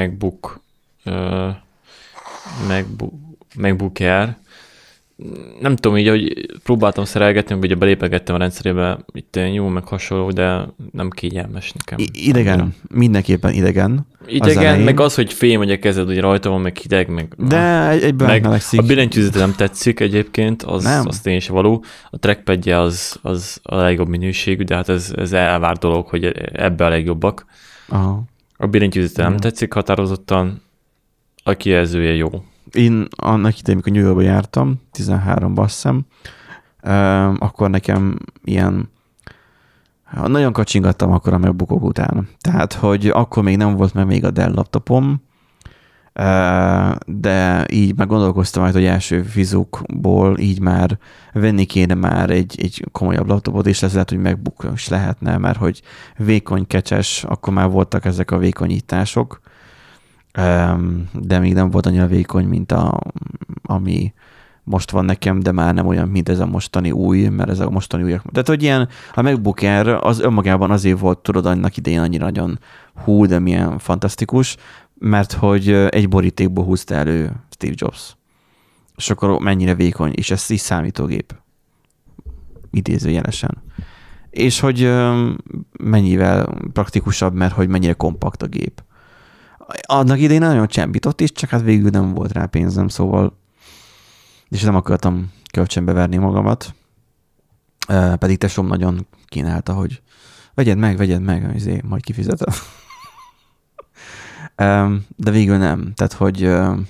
MacBook Air. Nem tudom, így, hogy próbáltam szerelgetni, hogy belépegettem a rendszerébe, itt jó, meg hasonló, de nem kényelmes nekem. Idegen, mindenképpen idegen. Idegen, meg az, hogy fém, hogy a kezed hogy rajta van, meg hideg, meg... De egyben megmelegszik. A billentyűzete nem tetszik egyébként, az tényleg való. A trackpadje az a legjobb minőségű, de hát ez elvárt dolog, hogy ebbe a legjobbak. Aha. A billentyűzete nem tetszik határozottan, a kijelzője jó. Én annak idején, amikor New Yorkba jártam, 13-ban azt hiszem, akkor nekem ilyen nagyon kacsingattam akkor a MacBookok után. Tehát, hogy akkor még nem volt meg még a Dell laptopom, de így meg gondolkoztam majd, hogy első fizukból így már venni kéne már egy komolyabb laptopot, és ez lehet, hogy MacBook is lehetne, mert hogy vékony, kecses, akkor már voltak ezek a vékonyítások, de még nem volt annyira vékony, mint ami most van nekem, de már nem olyan, mint ez a mostani új, mert ez a mostani újak. Tehát, hogy ilyen a MacBook Air az önmagában azért volt, tudod, annak idején annyira nagyon de milyen fantasztikus, mert hogy egy borítékból húzta elő Steve Jobs. És akkor mennyire vékony, és ez is számítógép. Idézőjelesen. És hogy mennyivel praktikusabb, mert hogy mennyire kompakt a gép. Annak idején nagyon csembított is, csak hát végül nem volt rá pénzem, szóval és nem akartam kölcsönbe verni magamat. Pedig tesóm nagyon kínálta, hogy vegyed meg, azért majd kifizetem. De végül nem. Tehát, hogy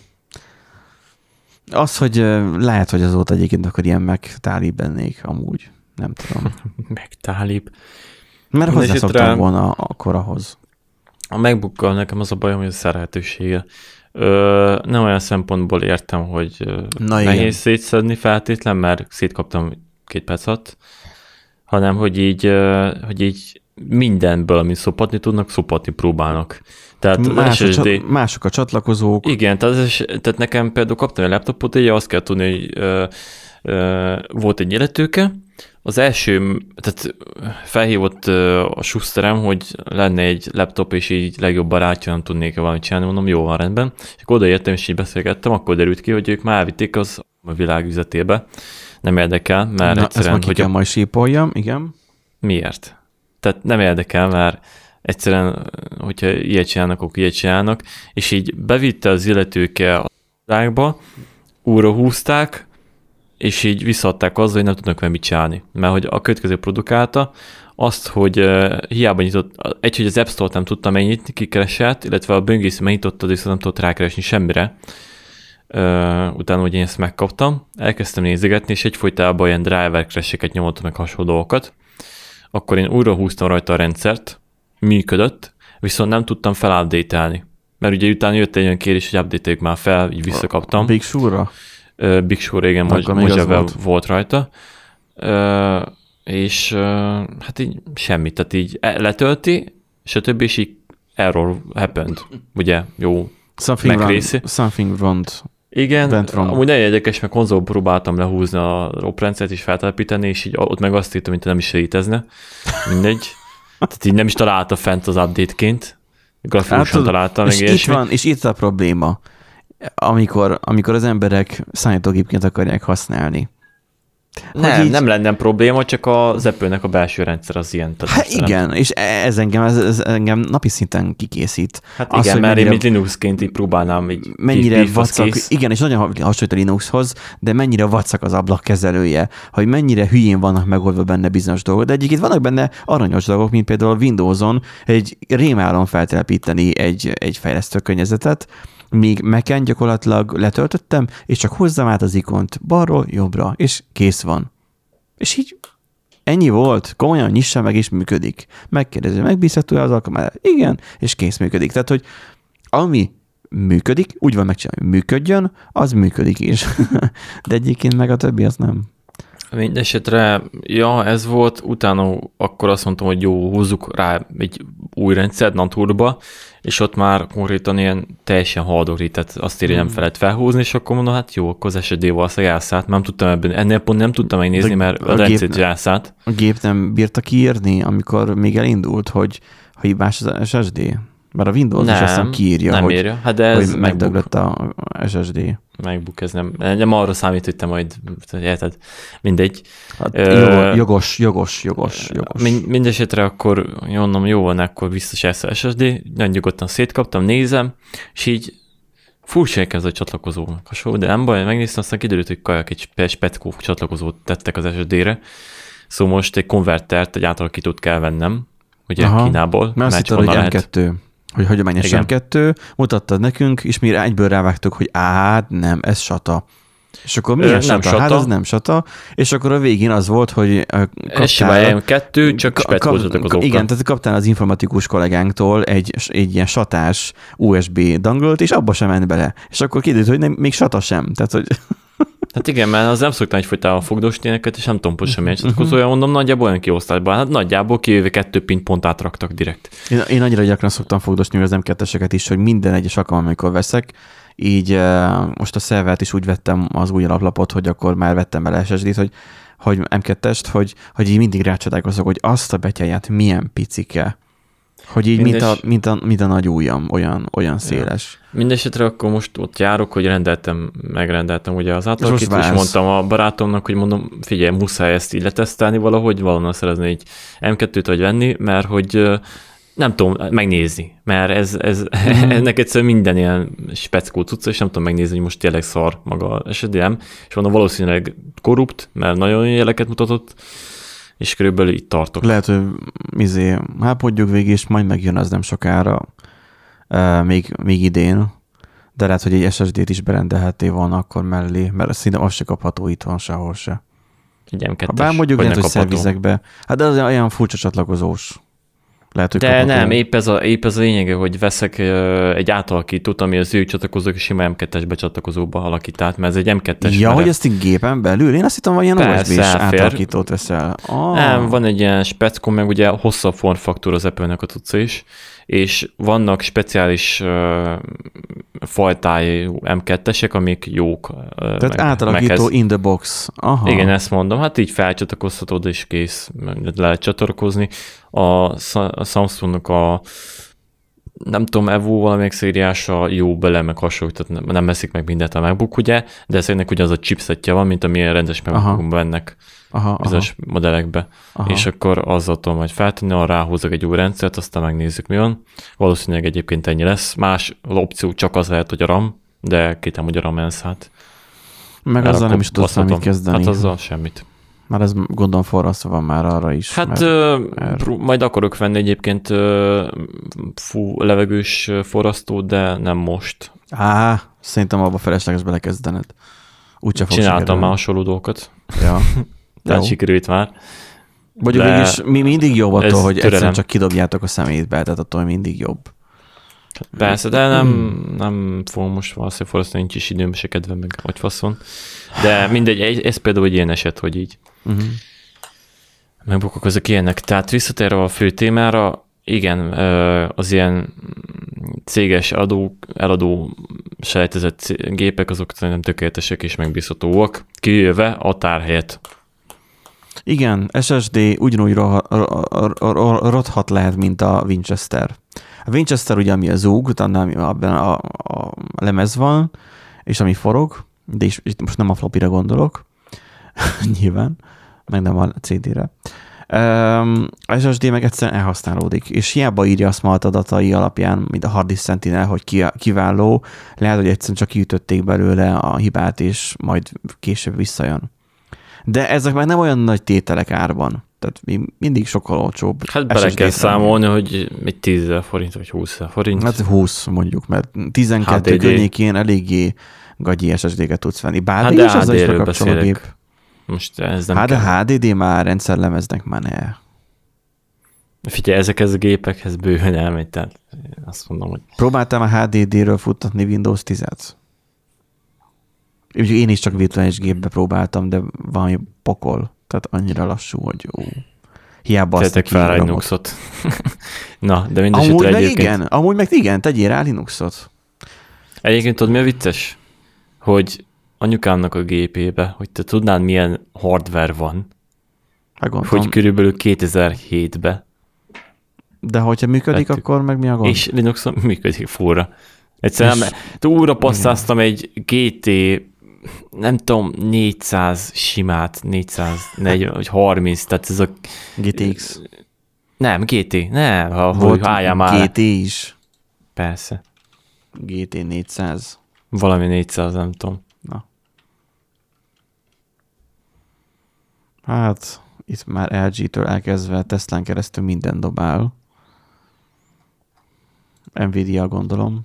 az, hogy lehet, hogy azóta egyébként akkor ilyen megtálib lennék amúgy. Nem tudom. Megtálib. Mert hozzászoktam volna akkor ahhoz. A MacBookkal nekem az a bajom, hogy a szerelhetősége. Nem olyan szempontból értem, hogy nehéz szétszedni feltétlen, mert szétkaptam 2 perc alatt, hanem hogy így mindenből, amit szopatni tudnak, szopatni próbálnak. Tehát mások a csatlakozók. Igen, tehát nekem például kaptam egy laptopot, így azt kell tudni, hogy volt egy illetőke. Az első, tehát felhívott a Schusterem, hogy lenne egy laptop, és így legjobb barátja, nem tudnék valamit csinálni, mondom, jó, van, rendben. És akkor odaértem, és így beszélgettem, akkor derült ki, hogy ők már elvitték az a világ üzletébe. Nem érdekel, mert egyszerűen... Ezt kell majd sípoljam, igen. Miért? Tehát nem érdekel, mert egyszerűen, hogyha ilyet csinálnak, akkor ilyet csinálnak, és így bevitte az illetőke a világba, újra húzták, és így visszaadták azzal, hogy nem tudnak vele mit csinálni. Mert hogy a következő produkálta azt, hogy hiába nyitott, hogy az App Store-t nem tudta megnyitni, kikeresett, illetve a böngésző megnyitotta, viszont nem tudott rákeresni semmire. Utána, hogy én ezt megkaptam, elkezdtem nézegetni, és egyfolytában ilyen driver crash-eket nyomott meg hasonló dolgokat. Akkor én újra húztam rajta a rendszert, működött, viszont nem tudtam felupdate-elni. Mert ugye utána jött egy olyan kérés, hogy update-eljük már fel, így visszakaptam. Big Sur-ra? Big Sur, igen, Mojave volt rajta. És hát így semmit, tehát így letölti, stb. És így error happened, ugye, jó, something wrong. Igen, amúgy nagyon érdekes, mert konzolból próbáltam lehúzni a ROP rendszert és feltelepíteni, és így ott meg azt írtam, mint nem is létezne. Mindegy. Tehát így nem is találta fent az update-ként. Grafikusan találta meg és itt a probléma, amikor az emberek számítógépként akarják használni. Nem lenne probléma, csak az Apple-nek a belső rendszer az ilyen. Hát igen, és ez engem napi szinten kikészít. Hát igen, mert én mint Linuxként így próbálnám így mennyire vacak, igen, és nagyon hasonlít a Linuxhoz, de mennyire vacak az ablakkezelője, hogy mennyire hülyén vannak megoldva benne bizonyos dolgok, de egyébként vannak benne aranyos dolgok, mint például a Windowson egy rémálom feltelepíteni egy fejlesztő környezetet, míg Mac-en gyakorlatilag letöltöttem, és csak hozzám át az ikont balról jobbra, és kész van. És így ennyi volt, komolyan nyissa meg, és működik. Megkérdezi, megbízható-e az alkalmazás? Igen, és kész működik. Tehát, hogy ami működik, úgy van megcsinálni, hogy működjön, az működik is. De egyébként meg a többi az nem. Mindenesetre, ja, ez volt, utána akkor azt mondtam, hogy jó, húzzuk rá egy új rendszert, Naturba, és ott már konkrétan ilyen teljesen haldokli, tehát azt írja, nem felett felhúzni, és akkor mondom, hát jó, akkor az SSD valószínűleg elszállt, nem tudtam ebben, ennél pont nem tudtam megnézni, mert a rendszert elszállt. A gép nem bírta kiírni, amikor még elindult, hogy hibás az SSD? Mert a Windows is azt kiírja, nem írja. Hát de ez hogy megdöglött a SSD. MacBook, ez nem arra számít, hogy te majd, érted, mindegy. Hát, jogos. Mindesetre akkor, mondom, jó van, akkor biztos ez a SSD, nagyon nyugodtan szétkaptam, nézem, és így furcsa ez a csatlakozónak hasonló, de nem baj, megnéztem, aztán kiderült, hogy kajak egy speckó csatlakozót tettek az SSD-re, szóval most egy konvertert, egy átalakítót kell vennem, ugye Kínából. Mert azt hittem, hogy M2. Hogy hagyományos M2, mutattad nekünk, és mi egyből rávágtuk, hogy nem, ez SATA. És akkor milyen SATA? Hát ez nem SATA. És akkor a végén az volt, hogy kaptál... M2, csak speckózottak az igen, tehát kaptál az informatikus kollégánktól egy ilyen satás USB danglet, és abba sem ment bele. És akkor kiderült, hogy még SATA sem. Tehát, hogy... Hát igen, mert az nem szoktam egyfolytában fogdosni neked, és nem tudom pontosan milyen csatlakozója, mondom, nagyjából olyan kiosztásban. Hát nagyjából kivéve 2 pont átraktak direkt. Én annyira gyakran szoktam fogdosni az M2-eseket is, hogy minden egyes alkalommal, amikor veszek, így most a szervert is úgy vettem az új alaplapot, hogy akkor már vettem bele SSD-t, hogy M2-est, hogy így mindig rácsodálkozok, hogy azt a betyáját milyen picike. Hogy így, mint a nagy ujjam, olyan széles. Mindenesetre akkor most ott járok, hogy megrendeltem ugye az átalakítót, és mondtam a barátomnak, hogy mondom, figyelj, muszáj ezt így letesztelni valahogy, valahonnan szerezni egy M2-t vagy venni, mert hogy nem tudom megnézni, mert ennek egyszerűen minden ilyen speckó cucca, és nem tudom megnézni, hogy most tényleg szar maga a SSD-m, és mondom, valószínűleg korrupt, mert nagyon jeleket mutatott, és körülbelül itt tartok. Lehet, hogy hápodjuk végig, és majd megjön az nem sokára, még idén, de lehet, hogy egy SSD-t is berendelhettél volna akkor mellé, mert szinte az se kapható itthon sehol se. Egy M2-es. Bár mondjuk lehet, hogy szervizekbe. Hát de az olyan furcsa csatlakozós. Lehet, hogy de kapható. nem, épp ez a lényege, hogy veszek egy átalakítót, ami az ő csatlakozók sima M2-es becsatlakozóba alakít át, mert ez egy M2-es. Ja, hogy ezt így gépen belül? Én azt hittem, hogy ilyen USB-s átalakítót veszel. Nem, van egy ilyen speckó, meg ugye hosszabb formfaktor az Apple-nek a cucca is, és vannak speciális fajtájú M2-esek, amik jók. Tehát átalakító in the box. Aha. Igen, ezt mondom. Hát így felcsatlakoztatod, és kész. Lehet csatlakozni. A Samsungnak a nem tudom, Evo valamelyik szériása jó bele, meg hasonló, tehát nem veszik meg mindent a MacBook, ugye, de ezeknek ugye az a chipsetje van, mint amilyen rendes MacBookon vennek bizonyos modellekbe. És akkor azzal tudom majd feltenni, arra ráhúzok egy új rendszert, aztán megnézzük, mi van. Valószínűleg egyébként ennyi lesz. Más opció csak az lehet, hogy a RAM, de kétem, hogy a RAM ENSZ, hát. Meg azzal nem is tudsz mit kezdeni. Hát azzal semmit. Már ez gondolom forrasztva van már arra is. Hát majd akarok venni egyébként levegős forrasztót, de nem most. Szerintem abba felesleges belekezdened. Úgyse fog Csináltam már hasonló dolgokat. Ja. Tehát sikerült már. Mondjuk mégis mindig jobb attól, hogy egyszerűen csak kidobjátok a szemétbe, tehát attól mindig jobb. Persze, de nem fogom most valószínűleg forrasztani, nincs is időm, se kedvem meg, vagy faszon. De mindegy, ez például egy ilyen eset, hogy így. Megbukok azok ilyenek. Tehát visszatérve a fő témára, igen, az ilyen céges eladó selejtezett gépek, azok nem tökéletesek és megbízhatóak, kijöve a tárhelyet. Igen, SSD ugyanúgy rothat lehet, mint a Winchester. A Winchester ugye, ami a zúg, utána abban a lemez van, és ami forog, de itt most nem a flopira gondolok, nyilván, meg nem a CD-re. A SSD meg egyszerűen elhasználódik, és hiába írja a Smart adatai alapján, mint a Hard Disk Sentinel, hogy kiváló, lehet, hogy egyszerűen csak kiütötték belőle a hibát, és majd később visszajön. De ezek már nem olyan nagy tételek árban. Tehát mindig sokkal olcsóbb. Hát bele kell számolni, hogy egy 10 000 forint, vagy 20 000 forint. Hát 20 mondjuk, mert 12 környékén eléggé gagyi SSD-ket tudsz venni. Bár de is az is bekapcsol a gép. Most ez nem hát kell. a HDD már rendszerlemeznek már ne. Figyelj, ezekhez a gépekhez bőven elmegy, tehát azt mondom, hogy... Próbáltam a HDD-ről futtatni Windows 10-et? Én is csak virtuális gépbe próbáltam, de valami pokol. Tehát annyira lassú, hogy jó. Hiába azt tettek fel rá Linuxot. Na, de mindesetre egyébként... Amúgy meg igen, tegyél rá Linuxot. Egyébként tudod, mi a vicces? Hogy anyukámnak a gépébe, hogy te tudnád, milyen hardware van, hogy körülbelül 2007-ben. De hogyha működik, akkor meg mi a gond? És Linuxon működik furra. Egyszerűen újra passzáztam egy GT, nem tudom, 400 simát, 440 vagy 30, tehát ez a... GTX. Nem, GT, nem, volt álljál már. GT is. Persze. GT 400. Valami 400, nem tudom. Na. Hát, itt már LG-től elkezdve Teslán keresztül minden dobál. Nvidia, gondolom.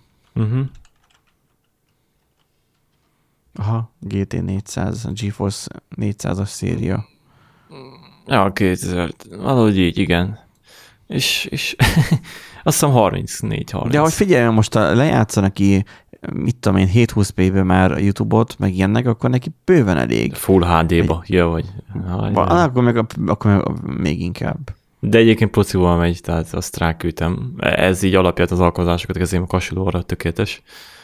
Aha, GT 400, GeForce 400-as széria. Ja, 2000, valahogy így, igen. És azt hiszem 34-30. De hogy figyelj, most lejátszanak ki, mit tudom én, 720p-be már YouTube-ot, meg ilyennek, akkor neki bőven elég. Full HD-ba, vagy. Akkor meg még inkább. De egyébként procival megy, tehát azt ráküldtem. Ez így alapját az alkalmazásokat, ezért a kasilóra tökéletes.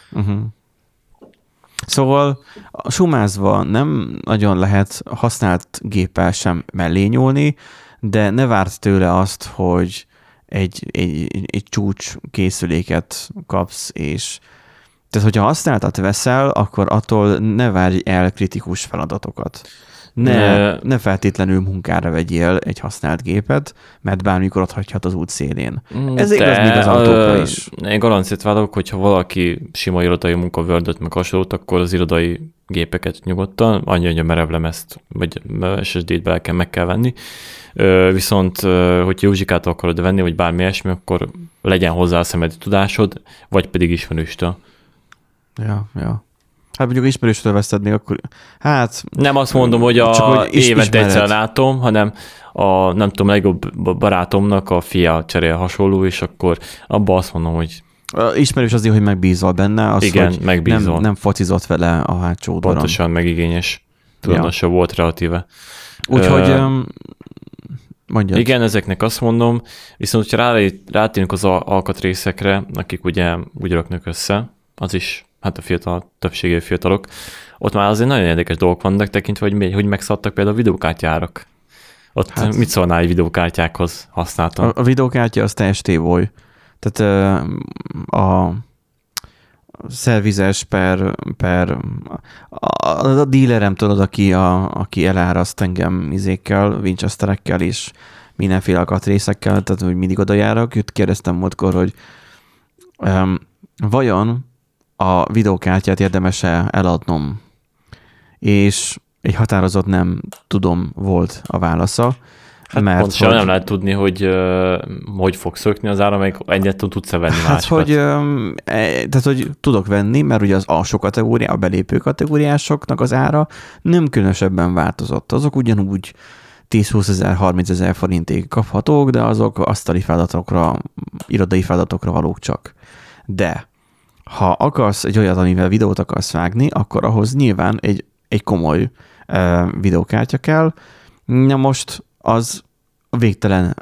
Szóval sumázva nem nagyon lehet használt géppel sem mellé nyúlni, de ne várd tőle azt, hogy egy csúcs készüléket kapsz, és tehát hogyha használtat veszel, akkor attól ne várj el kritikus feladatokat. Ne feltétlenül munkára vegyél egy használt gépet, mert bármikor ott hagyhat az út szélén. Ez igaz még az autókra is. Én garanciát vállalok, hogyha valaki sima irodai munka Word-öt meg hasonlót, akkor az irodai gépeket nyugodtan, annyi, hogy a merevlemezt vagy SSD-t meg kell venni. Viszont, hogyha Józsikát akarod venni, vagy bármi ilyesmi, akkor legyen hozzá a szemedi tudásod, vagy pedig ismerőstől. Ja. Hát mondjuk ismerőstől veszed még akkor, hát... Nem azt mondom, hogy évente egyszer látom, hanem nem tudom, legjobb barátomnak a fia cserél hasonló, és akkor abban azt mondom, hogy... Ismerős azért, hogy megbízol benne, az, igen, hogy megbízol. Nem focizott vele a hátsó udvaron. Pontosan, megigényes. Tulajdonosa volt relatíve. Úgyhogy mondjad. Igen, ezeknek azt mondom, viszont ha rátérünk az alkatrészekre, akik ugye úgy raknak össze, az is, hát a többségé fiatalok, ott már azért nagyon érdekes dolgok vannak tekintve, hogy megszadtak például a videókártyárak. Ott hát, mit szólnál egy videókártyákhoz használtan? A videókártya az teljes tévoly. Tehát a szervizes a dílerem, tudod, aki eláraszt engem izékkel, Winchesterekkel és mindenféle alkatrészekkel, tehát hogy mindig oda járok. Őt kérdeztem múltkor, hogy vajon a videókártyát érdemes-e eladnom? És egy határozott nem tudom volt a válasza. Hát mert pontosan nem lehet tudni, hogy fog szökni az ára, meg egyet tudsz-e venni másokat. Tehát, hogy tudok venni, mert ugye az alsó kategória, a belépő kategóriásoknak az ára nem különösebben változott. Azok ugyanúgy 10-20 ezer, 30 ezer forintig kaphatók, de azok asztali feladatokra, irodai feladatokra valók csak. De ha akarsz egy olyat, amivel videót akarsz vágni, akkor ahhoz nyilván egy komoly videókártya kell. Na most az a végtelen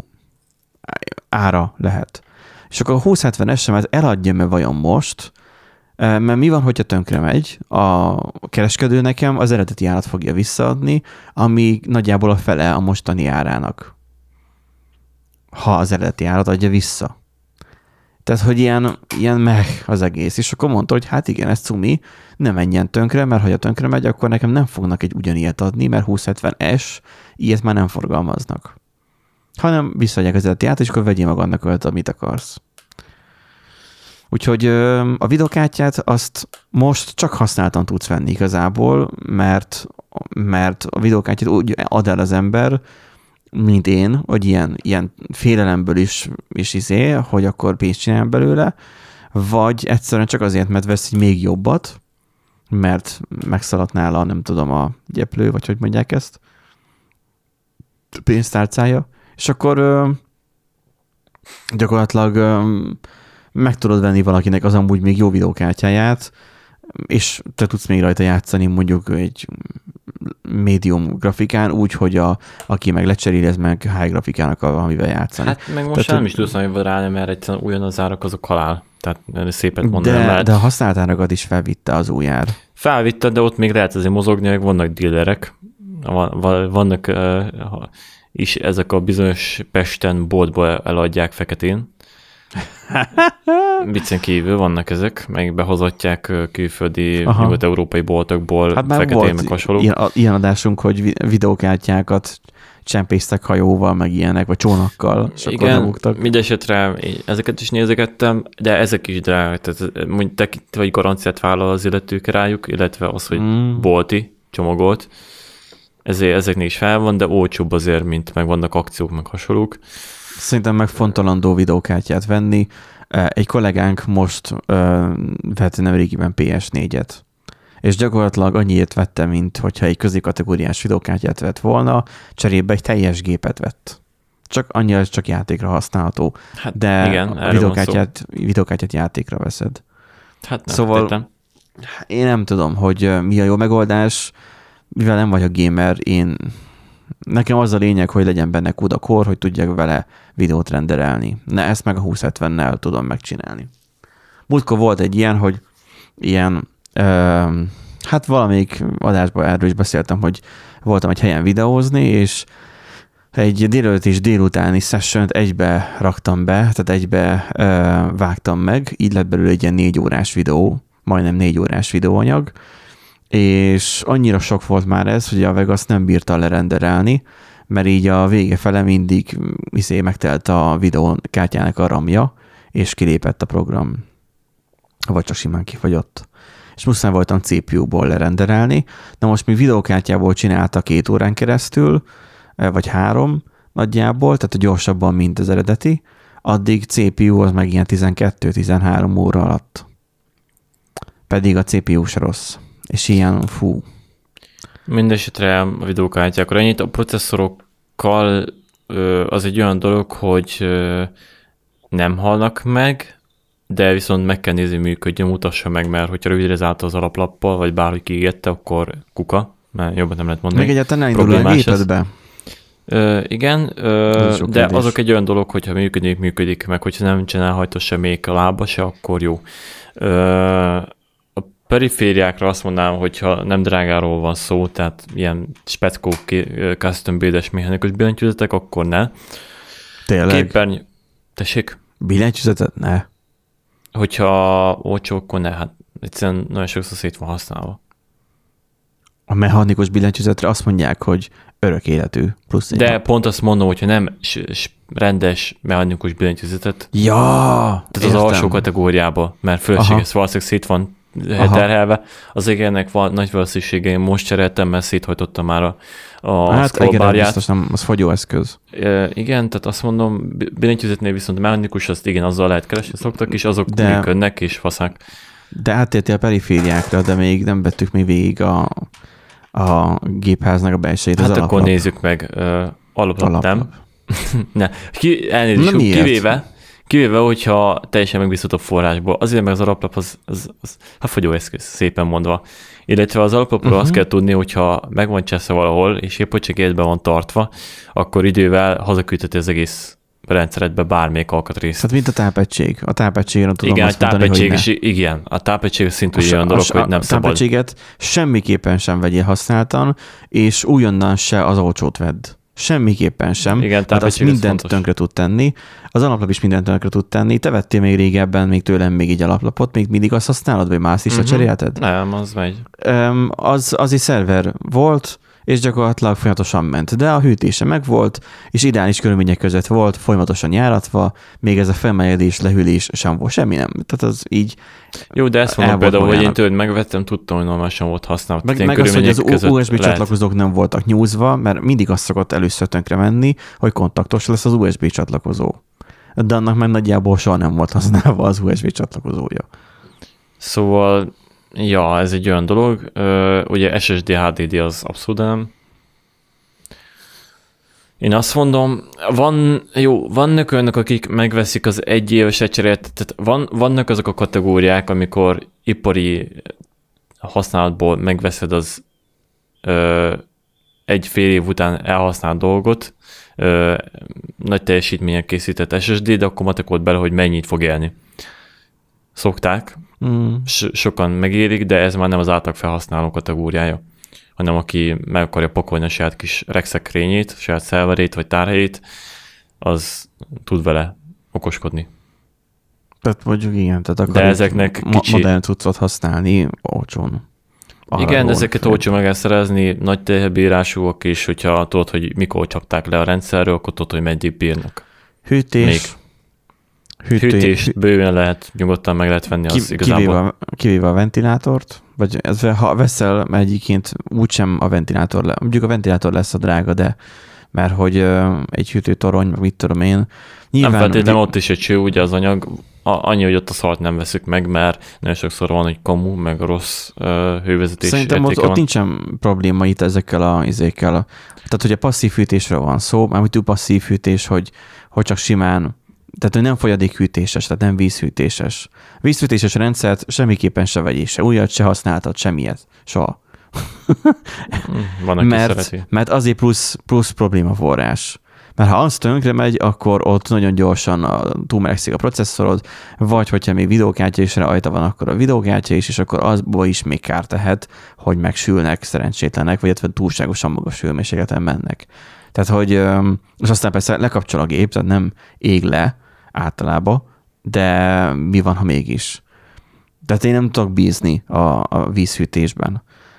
ára lehet. És akkor a 2070-es eladja-e vajon most, mert mi van, hogyha tönkre megy, a kereskedő nekem az eredeti árat fogja visszaadni, ami nagyjából a fele a mostani árának, ha az eredeti árat adja vissza. Tehát, hogy ilyen az egész. És akkor mondta, hogy hát igen, ez cumi, ne menjen tönkre, mert ha tönkre megy, akkor nekem nem fognak egy ugyanilyet adni, mert 2070S ilyet már nem forgalmaznak. Hanem visszaadják az eredeti árat, és akkor vegyél magadnak olyat, amit akarsz. Úgyhogy a videokártyát azt most csak használtan tudsz venni igazából, mert a videokártyát úgy ad el az ember, mint én, hogy ilyen félelemből is hogy akkor pénzt csinál belőle, vagy egyszerűen csak azért, mert vesz egy még jobbat, mert megszaladt nála, nem tudom, a gyeplő, vagy hogy mondják ezt, pénztárcája, és akkor gyakorlatilag meg tudod venni valakinek az amúgy még jó videókártyáját, és te tudsz még rajta játszani mondjuk egy médium grafikán, úgy, hogy aki meg lecserél, ez meg high grafikának, amivel játszani. Hát meg most tehát, nem is tudsz nagyon ráni, mert egyszerűen újon az árak, azok halál. Tehát szépet mondani. De a használt árakat is felvitte az új ár. Felvitte, de ott még lehet azért mozogni, meg vannak dílerek. Vannak is ezek a bizonyos Pesten boltba eladják feketén. Viccen kívül vannak ezek, meg behozatják külföldi nyugat-európai boltokból hát feketén, meg hasonlók. Ilyen adásunk, hogy videókártyákat csempésztek hajóval, meg ilyenek, vagy csónakkal, és akkor nem buktak. Mindesetre ezeket is nézegettem, de ezek is drágák, tehát mondjuk vagy garanciát vállal az illetők rájuk, illetve az, hogy bolti, csomagolt. Ezért ezeknél is fel van, de olcsóbb azért, mint meg vannak akciók, meg hasonlók. Szerintem megfontolandó videókártyát venni. Egy kollégánk most vett nemrégiben PS4-et, és gyakorlatilag annyiért vette, mint hogyha egy középkategóriás videókártyát vett volna, cserébe egy teljes gépet vett. Csak annyi, hogy csak játékra használható. Hát, de igen, a videókártyát játékra veszed. Hát nem szóval feltétlen. Én nem tudom, hogy mi a jó megoldás, mivel nem vagyok gamer, nekem az a lényeg, hogy legyen benne CUDA Core, hogy tudjak vele videót renderelni. Ezt meg a 2070-nel tudom megcsinálni. Múltkor volt egy ilyen, hogy hát valamelyik adásban erről is beszéltem, hogy voltam egy helyen videózni, és egy délelőtt és délutáni sessiont egybe raktam be, tehát egybe vágtam meg, így lett belőle egy ilyen 4 órás videó, majdnem 4 órás videóanyag, és annyira sok volt már ez, hogy a Vegas nem bírta lerenderelni, mert így a vége fele mindig megtelt a videókártyának a RAM-ja, és kilépett a program. Vagy csak simán kifagyott. És muszáj voltam CPU-ból lerenderelni. Na most mi videókártyából csinálta 2 órán keresztül, vagy 3 nagyjából, tehát gyorsabban, mint az eredeti, addig CPU az meg ilyen 12-13 óra alatt. Pedig a CPU se rossz. És ilyen, fú. Mindenesetre a videókártyákra ennyit. A processzorokkal az egy olyan dolog, hogy nem halnak meg, de viszont meg kell nézni, működjön, mutassa meg, mert hogyha rövidre zárta az alaplappal, vagy bárhogy kiégette, akkor kuka, mert jobban nem lehet mondani. Meg egyáltalán nem indul a gépedbe. Igen, de azok egy olyan dolog, hogyha működik, meg hogyha nem csinálhatja se még a lába se, akkor jó. A perifériákra azt mondanám, hogyha nem drágáról van szó, tehát ilyen speckó custom build-es mechanikus billentyűzetek, akkor ne. Tényleg? Tessék? Billentyűzetet? Ne. Hogyha olcsó, akkor ne, hát egyszerűen nagyon sokszor szét van használva. A mechanikus billentyűzetre azt mondják, hogy örök életű. Plusz de nap. Pont azt mondom, hogyha nem rendes mechanikus billentyűzetet, ja, tehát értem. Az alsó kategóriába, mert fölösleges valószínűleg szét van terhelve, azért ennek van nagy valószínűsége, én most cseréltem, mert széthajtottam már a scrollbarját. Biztos nem, az fogyóeszköz. Igen, tehát azt mondom, billentyűzetnél viszont mechanikus, azt igen, azzal lehet keresni szoktak, és azok működnek, és faszák. De áttértél a perifériákra, de még nem vettük még végig a gépháznak a belsejét. Hát akkor nézzük meg. Alaplap nem. Ne. Kivéve, hogyha teljesen megbízható forrásból. Azért meg az alaplap az fogyóeszköz, szépen mondva. Illetve az alaplapról azt kell tudni, hogyha meg van cseszve valahol, és épp hogy csak életben van tartva, akkor idővel hazaküldheti az egész rendszeredbe bármelyik alkatrészt. Hát mint a tápegység. A tápegységre tudom igen, azt mondani, hogy igen, a tápegység szintén olyan dolog, hogy nem szabad. A tápegységet semmiképpen sem vegyél használtan, és újonnan se az olcsót vedd. Semmiképpen sem. Igen, hát azt mindent tönkre tud tenni. Az alaplap is mindent tönkre tud tenni. Te vettél még régebben még tőlem még így alaplapot, még mindig azt használod, vagy más is cserélted? Nem, az megy. Az egy szerver volt, és gyakorlatilag folyamatosan ment. De a hűtése megvolt, és ideális körülmények között volt, folyamatosan járatva, még ez a felmelegedés, lehűlés sem volt, semmi nem. Tehát az így. Jó, de ezt mondom például, hogy én tőled megvettem, tudtam, hogy normálisan volt használva. Meg az, hogy az USB csatlakozók nem voltak nyúzva, mert mindig azt szokott először tönkre menni, hogy kontaktos lesz az USB csatlakozó. De annak meg nagyjából soha nem volt használva az USB csatlakozója. Szóval ja, ez egy olyan dolog. Ugye SSD, HDD az abszolút nem. Én azt mondom, vannak olyanok, akik megveszik az 1 éves ecserét, tehát vannak azok a kategóriák, amikor ipari használatból megveszed az 1,5 év után elhasznált dolgot, nagy teljesítményen készített SSD, de akkor matekolt bele, hogy mennyit fog élni. Szokták, sokan megérik, de ez már nem az átlag felhasználó kategóriája, hanem aki meg akarja pakolni a saját kis regszekrényét, saját szerverét vagy tárhelyét, az tud vele okoskodni. Tehát mondjuk igen, tehát de ezeknek modern cuccot használni olcsón. Igen, ezeket olcsó meg kell szerezni, nagy teherbírásúak is, hogyha tudod, hogy mikor csapták le a rendszerről, akkor tudod, hogy meddig bírnak. Hűtést bőven lehet, nyugodtan meg lehet venni az igazából. Kivéve a ventilátort, vagy ha veszel egyébként úgysem a ventilátor lesz. Mondjuk a ventilátor lesz a drága, de mert hogy egy hűtőtorony, meg mit tudom én. Nyilván, nem feltétlenül ott is egy cső, ugye az anyag, annyi, hogy ott a szalt nem veszük meg, mert nagyon sokszor van, hogy kamu, meg rossz hővezetés. Szerintem ott nincsen probléma itt ezekkel a izékkel. Tehát, hogy a passzív hűtésről van szó, mármint passzív hűtés, hogy csak simán, tehát hogy nem folyadékhűtéses, tehát nem vízhűtéses. Vízhűtéses rendszert semmiképpen se vegyél, se újat, se használtad, semmilyet. Soha. Van, aki szereti. Mert azért plusz problémaforrás. Mert ha az tönkre megy, akkor ott nagyon gyorsan túlmelegszik a processzorod, vagy hogyha még videókártya is rajta van, akkor a videókártya is, és akkor azból is még kár tehet, hogy megsülnek szerencsétlenek, vagy túlságosan magas hőmérsékleten mennek. Tehát, hogy, és aztán persze lekapcsol a gép, tehát nem ég le általában, de mi van, ha mégis? Tehát én nem tudok bízni a vízhűtésben.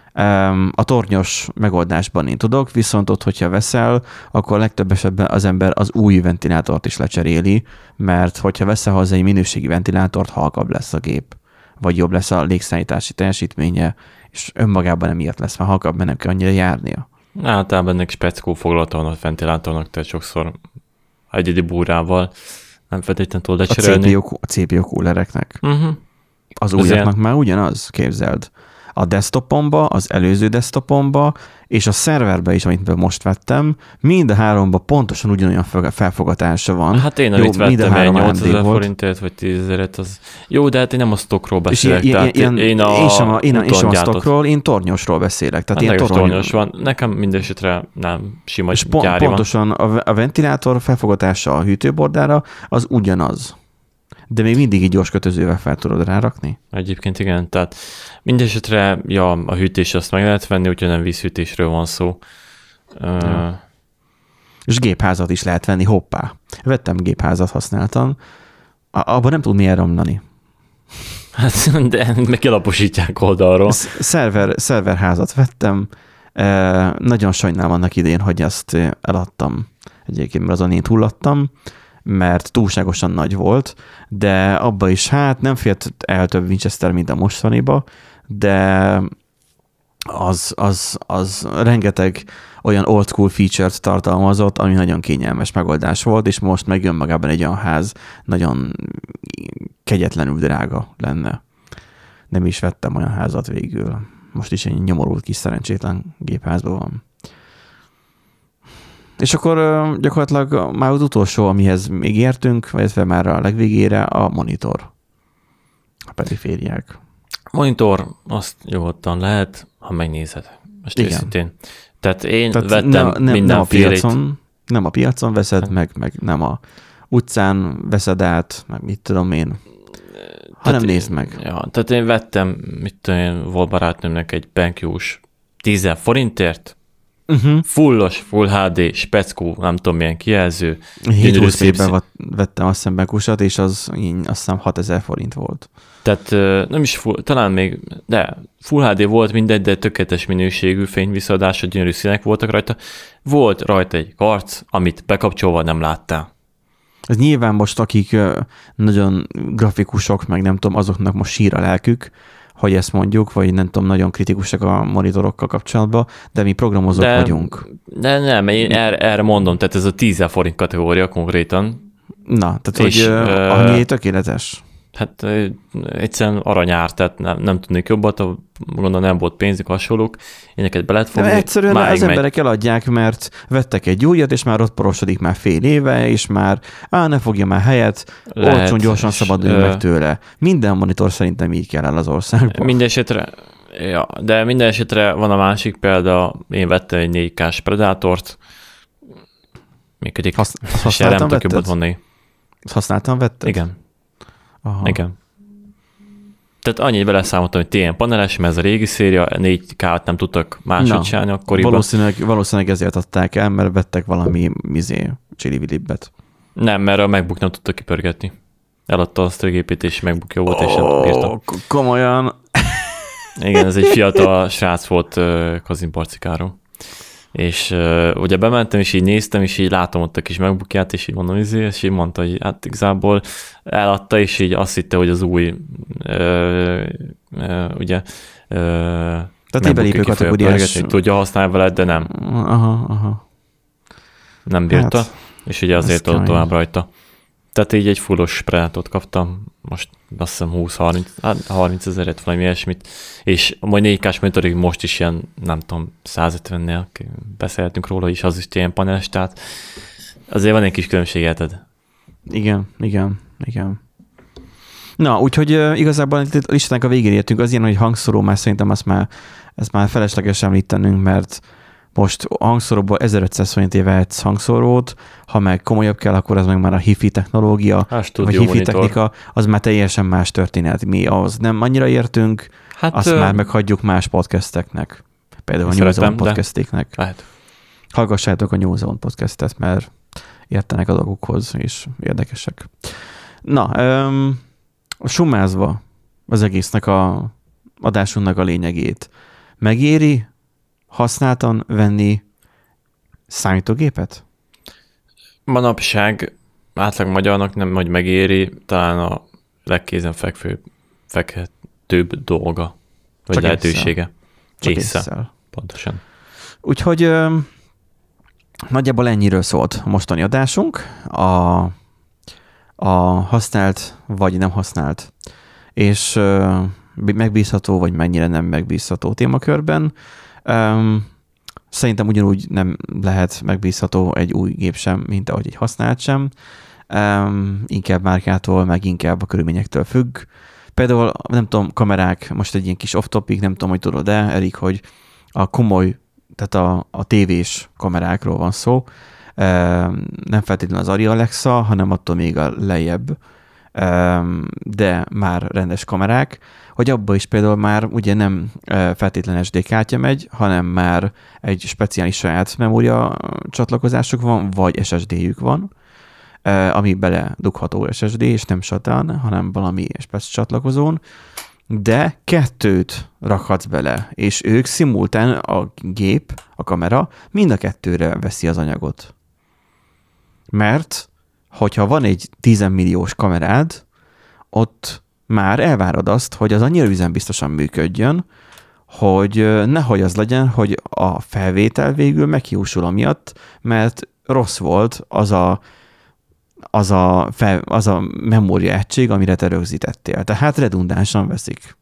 A tornyos megoldásban én tudok, viszont ott, hogyha veszel, akkor legtöbb esetben az ember az új ventilátort is lecseréli, mert hogyha veszel hozzá egy minőségi ventilátort, halkabb lesz a gép, vagy jobb lesz a légszállítási teljesítménye, és önmagában emiatt lesz, mert halkabb, mert nem kell annyira járnia. Általában ennek speckó foglata van a ventilátornak, tehát sokszor egyedi búrával nem feltétlenül tudod lecserélni. A CPU coolereknek. Az újaknak már ugyanaz, képzeld. A desktopomba, az előző desktopomba, és a szerverbe is, amit most vettem, mind a háromba pontosan ugyanolyan felfogatása van. Hát én amit vettem, egy 8000 forintért, vagy 10.000-et, az... Jó, de hát én nem a stockról beszélek. Én sem a stockról, én tornyosról beszélek. Tehát ilyen tornyos van. Nekem mindesetre nem sima és gyári pontosan van. A ventilátor felfogatása a hűtőbordára az ugyanaz. De még mindig így gyors kötözővel fel tudod rárakni? Egyébként igen, tehát mindesetre a hűtés azt meg lehet venni, úgyhogy nem vízhűtésről van szó. És gépházat is lehet venni, hoppá. Vettem gépházat, használtam. Abban nem tud mi elromlani. Hát, de meg kilaposítják oldalról. Szerverházat vettem. Nagyon sajnálom annak idén, hogy ezt eladtam. Egyébként mert azon én túladtam, mert túlságosan nagy volt, de abba is nem fért el több Winchester, mint a mostaniba, de az rengeteg olyan old school feature-t tartalmazott, ami nagyon kényelmes megoldás volt, és most megjön magában egy olyan ház, nagyon kegyetlenül drága lenne. Nem is vettem olyan házat végül. Most is egy nyomorult kis szerencsétlen gépházban van. És akkor gyakorlatilag már az utolsó, amihez még értünk, vagy már a legvégére, a monitor. A perifériák. Monitor, azt nyugodtan lehet, ha megnézed. Most őszintén. Tehát én vettem mindenfélét. Nem a piacon veszed, meg nem a utcán veszed át, meg mit tudom én. Hanem nézd meg. Ja, tehát én vettem, mit tudom én, volt barátnőmnek egy BenQ-s 10 forintért, fullos, full HD, speckó, nem tudom milyen kijelző. 7-20 évben vettem azt hiszem BenQ-sat, és az azt hiszem 6000 forint volt. Tehát nem is full, talán még, de full HD volt mindegy, de tökéletes minőségű fényvisszaadású, gyönyörű színek voltak rajta. Volt rajta egy karc, amit bekapcsolva nem láttál. Ez nyilván most, akik nagyon grafikusok, meg nem tudom, azoknak most sír a lelkük, hogy ezt mondjuk, vagy nem tudom, nagyon kritikusak a monitorokkal kapcsolatban, de mi programozók vagyunk. De nem, én erre mondom, tehát ez a 10 forint kategória konkrétan. Na, tehát hogy annyi tökéletes. Hát egyszerűen aranyár, tehát nem tudnék jobbat, gondolom nem volt pénzük, hasonlók, én neked be lehet fogni. Egyszerűen az emberek eladják, mert vettek egy újat, és már ott porosodik már fél éve, és már ne fogja már helyet, olcsón gyorsan szabaduljon meg tőle. Minden monitor szerintem így kell el az országban. De minden esetre van a másik példa, én vettem egy 4K-s Predátort, működik, és nem tudok jobbat mondani. Használtan vetted? Igen. Aha. Igen. Tehát annyit beleszámoltam, hogy TN paneles, mert ez a régi széria, 4K-t nem tudtak máshogy csinálni akkoriban. Valószínűleg ezért adták el, mert vettek valami csili-vilibbet. Nem, mert a MacBook nem tudta kipörgetni. Eladta azt a gépítési MacBook jó volt, és nem bírta. Komolyan. Igen, ez egy fiatal srác volt Kazimparcikáról. És ugye bementem, és így néztem, és így látom ott a kis MacBookját, és így mondom, és így mondta, hogy hát igazából eladta, és így azt hitte, hogy az új ugye tehát egy belépő kategóriás. Tudja használni veled, de nem. Aha. Nem bírta, hát, és ugye azért adott tovább rajta. Tehát így egy fullos Predátort kaptam, most azt hiszem 20-30 ezeret, valami ilyesmit, és majd 4K-s monitorig most is ilyen, nem tudom, 150-nél beszélhetünk róla is, az is ilyen paneles, tehát azért van egy kis különbség, érted? Igen. Na, úgyhogy igazából a listának a végén értünk, az ilyen, hogy hangszóró már szerintem ezt már felesleges említenünk, mert most a hangszóróból 1500 forintért vehetsz hangszórót, ha meg komolyabb kell, akkor az meg már a HiFi technológia, vagy HiFi technika, az már teljesen más történet. Mi az nem annyira értünk, azt már meghagyjuk más podcasteknek. Például a New Zealand podcastéknek. Lehet. Hallgassátok a New Zealand podcastet, mert értenek a dolgokhoz, és érdekesek. Na, summázva az egésznek a adásunknak a lényegét. Megéri használtan venni számítógépet? Manapság átlag magyarnak nem vagy megéri, talán a legkézenfekvőbb dolga, vagy Csak lehetősége. Ésszel. Pontosan. Úgyhogy nagyjából ennyiről szólt a mostani adásunk. A használt vagy nem használt, és megbízható vagy mennyire nem megbízható témakörben. Szerintem ugyanúgy nem lehet megbízható egy új gép sem, mint ahogy egy használt sem. Inkább márkától, meg inkább a körülményektől függ. Például, nem tudom, kamerák, most egy ilyen kis off-topic, nem tudom, hogy tudod-e, Erik, hogy a komoly, tehát a tévés kamerákról van szó, nem feltétlenül az Arri Alexa, hanem attól még a lejjebb, de már rendes kamerák, hogy abba is például már ugye nem feltétlen SD kártya megy, hanem már egy speciális saját memória csatlakozásuk van, vagy SSD-jük van, ami beledugható SSD, és nem SATA, hanem valami speciális csatlakozón, de 2 rakhatsz bele, és ők szimultán a gép, a kamera mind a 2-re veszi az anyagot. Mert hogyha van egy 10 milliós kamerád, ott már elvárod azt, hogy az annyira üzembiztosan működjön, hogy nehogy az legyen, hogy a felvétel végül meghiúsul amiatt, mert rossz volt az a memória egység, amire te rögzítettél. Tehát redundánsan veszik.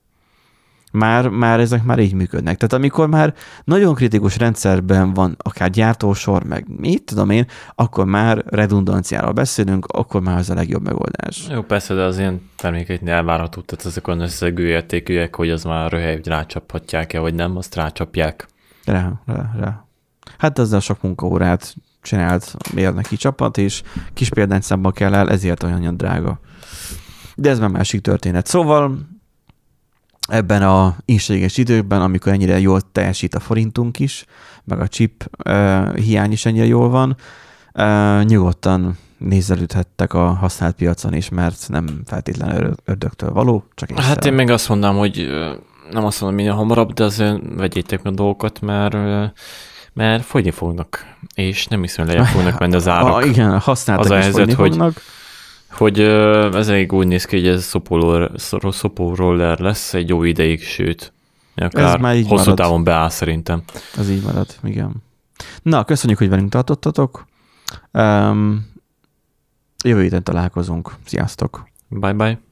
Már ezek már így működnek. Tehát amikor már nagyon kritikus rendszerben van akár gyártósor, meg mit tudom én, akkor már redundanciáról beszélünk, akkor már az a legjobb megoldás. Jó, persze, de az ilyen termékeknél elvárható, tehát ezek olyan összegű értékűek, hogy az már röhely, hogy rácsaphatják-e, vagy nem, azt rácsapják. Rá. Hát ezzel sok munkaórát csinált mérnöki csapat, és kis példányszámba kell el, ezért olyan drága. De ez már másik történet. Szóval ebben a inséges időkben, amikor ennyire jól teljesít a forintunk is, meg a chip hiány is ennyire jól van, nyugodtan nézelődhettek a használt piacon is, mert nem feltétlenül ördögtől való, csak észre. Hát én meg azt mondom, hogy nem azt mondom minél hamarabb, de azért vegyétek meg a dolgokat, mert fogyni fognak, és nem hiszem, hogy lejjebb fognak menni az árak. Igen, használtak az a is helyzet, fogyni fognak. Hogy ez elég úgy néz ki, hogy ez szopó roller lesz egy jó ideig, sőt, akár hosszú távon beáll szerintem. Ez így marad, igen. Na, köszönjük, hogy velünk tartottatok. Jövő héten találkozunk. Sziasztok! Bye-bye!